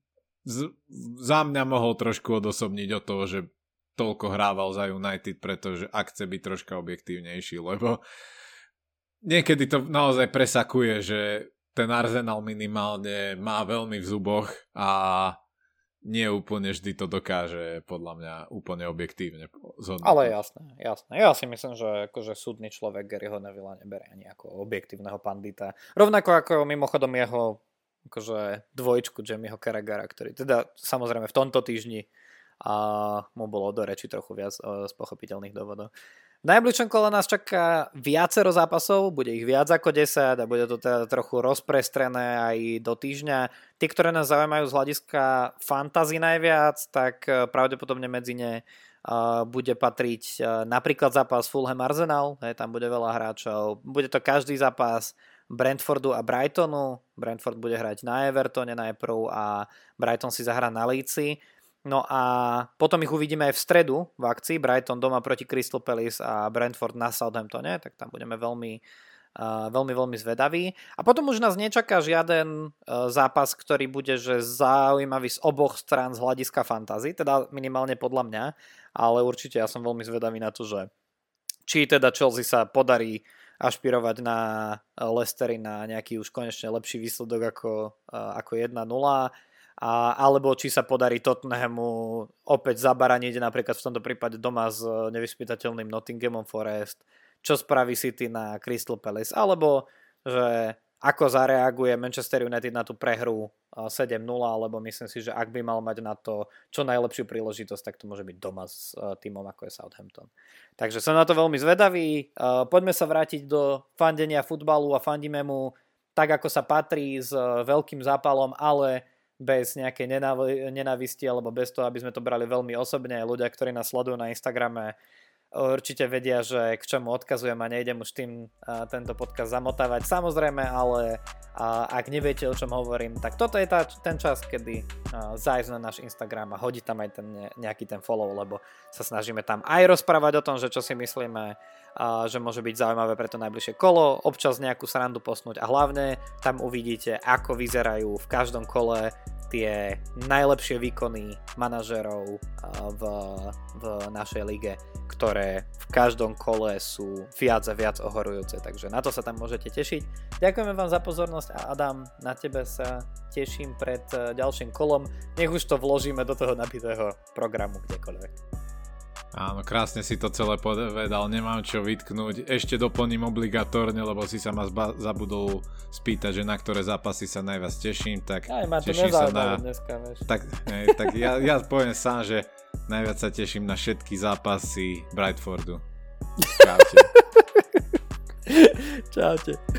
za mňa mohol trošku odosobniť od toho, že toľko hrával za United, pretože ak chce byť troška objektívnejší, lebo niekedy to naozaj presakuje, že ten Arsenal minimálne má veľmi v zuboch a nie úplne vždy to dokáže podľa mňa úplne objektívne zhodnotiť. Ale jasné. Ja si myslím, že akože súdny človek Garyho Nevilla neberie ani ako objektívneho pandita. Rovnako ako mimochodom jeho akože dvojčku Jamieho Carragera, ktorý teda samozrejme v tomto týždni a mu bolo do reči trochu viac z pochopiteľných dôvodov. V najbližšom kole nás čaká viacero zápasov, bude ich viac ako 10 a bude to teda trochu rozprestrené aj do týždňa. Tí, ktoré nás zaujímajú z hľadiska fantasy najviac, tak pravdepodobne medzi ne bude patriť napríklad zápas Fulham Arsenal, tam bude veľa hráčov, bude to každý zápas Brentfordu a Brightonu. Brentford bude hrať na Evertone najprv a Brighton si zahrá na Leedsi. No a potom ich uvidíme aj v stredu v akcii. Brighton doma proti Crystal Palace a Brentford na Southamptone, tak tam budeme veľmi zvedaví. A potom už nás nečaká žiaden zápas, ktorý bude že zaujímavý z oboch strán z hľadiska fantasy, teda minimálne podľa mňa, ale určite ja som veľmi zvedavý na to, že či teda Chelsea sa podarí ašpirovať na Leicesteri na nejaký už konečne lepší výsledok ako 1-0, alebo či sa podarí Tottenhamu opäť zabaraniť napríklad v tomto prípade doma s nevyspytateľným Nottinghamom Forest, čo spraví City na Crystal Palace, alebo že ako zareaguje Manchester United na tú prehru 7-0, alebo myslím si, že ak by mal mať na to čo najlepšiu príležitosť, tak to môže byť doma s týmom ako je Southampton. Takže som na to veľmi zvedavý. Poďme sa vrátiť do fandenia futbalu a fandíme mu tak, ako sa patrí, s veľkým zápalom, ale bez nejakej nenávisti alebo bez toho, aby sme to brali veľmi osobne. Ľudia, ktorí nás sledujú na Instagrame, určite vedia, že k čomu odkazujem a nejdem už tým tento podcast zamotávať. Samozrejme, ale ak neviete, o čom hovorím, tak toto je ten čas, kedy zájsť na náš Instagram a hodiť tam aj nejaký ten follow, lebo sa snažíme tam aj rozprávať o tom, že čo si myslíme, že môže byť zaujímavé pre to najbližšie kolo, občas nejakú srandu posnúť a hlavne tam uvidíte, ako vyzerajú v každom kole tie najlepšie výkony manažerov v našej lige, ktoré v každom kole sú viac a viac ohorujúce, takže na to sa tam môžete tešiť. Ďakujeme vám za pozornosť a Adam, na tebe sa teším pred ďalším kolom. Nech už to vložíme do toho nabitého programu kdekoľvek. Áno, krásne si to celé povedal, nemám čo vytknúť. Ešte doplním obligatórne, lebo si sa ma zabudol spýtať, že na ktoré zápasy sa najviac teším, tak teším sa na... Dneska, tak ja poviem sám, že najviac sa teším na všetky zápasy Brightfordu. Čaute. Čaute.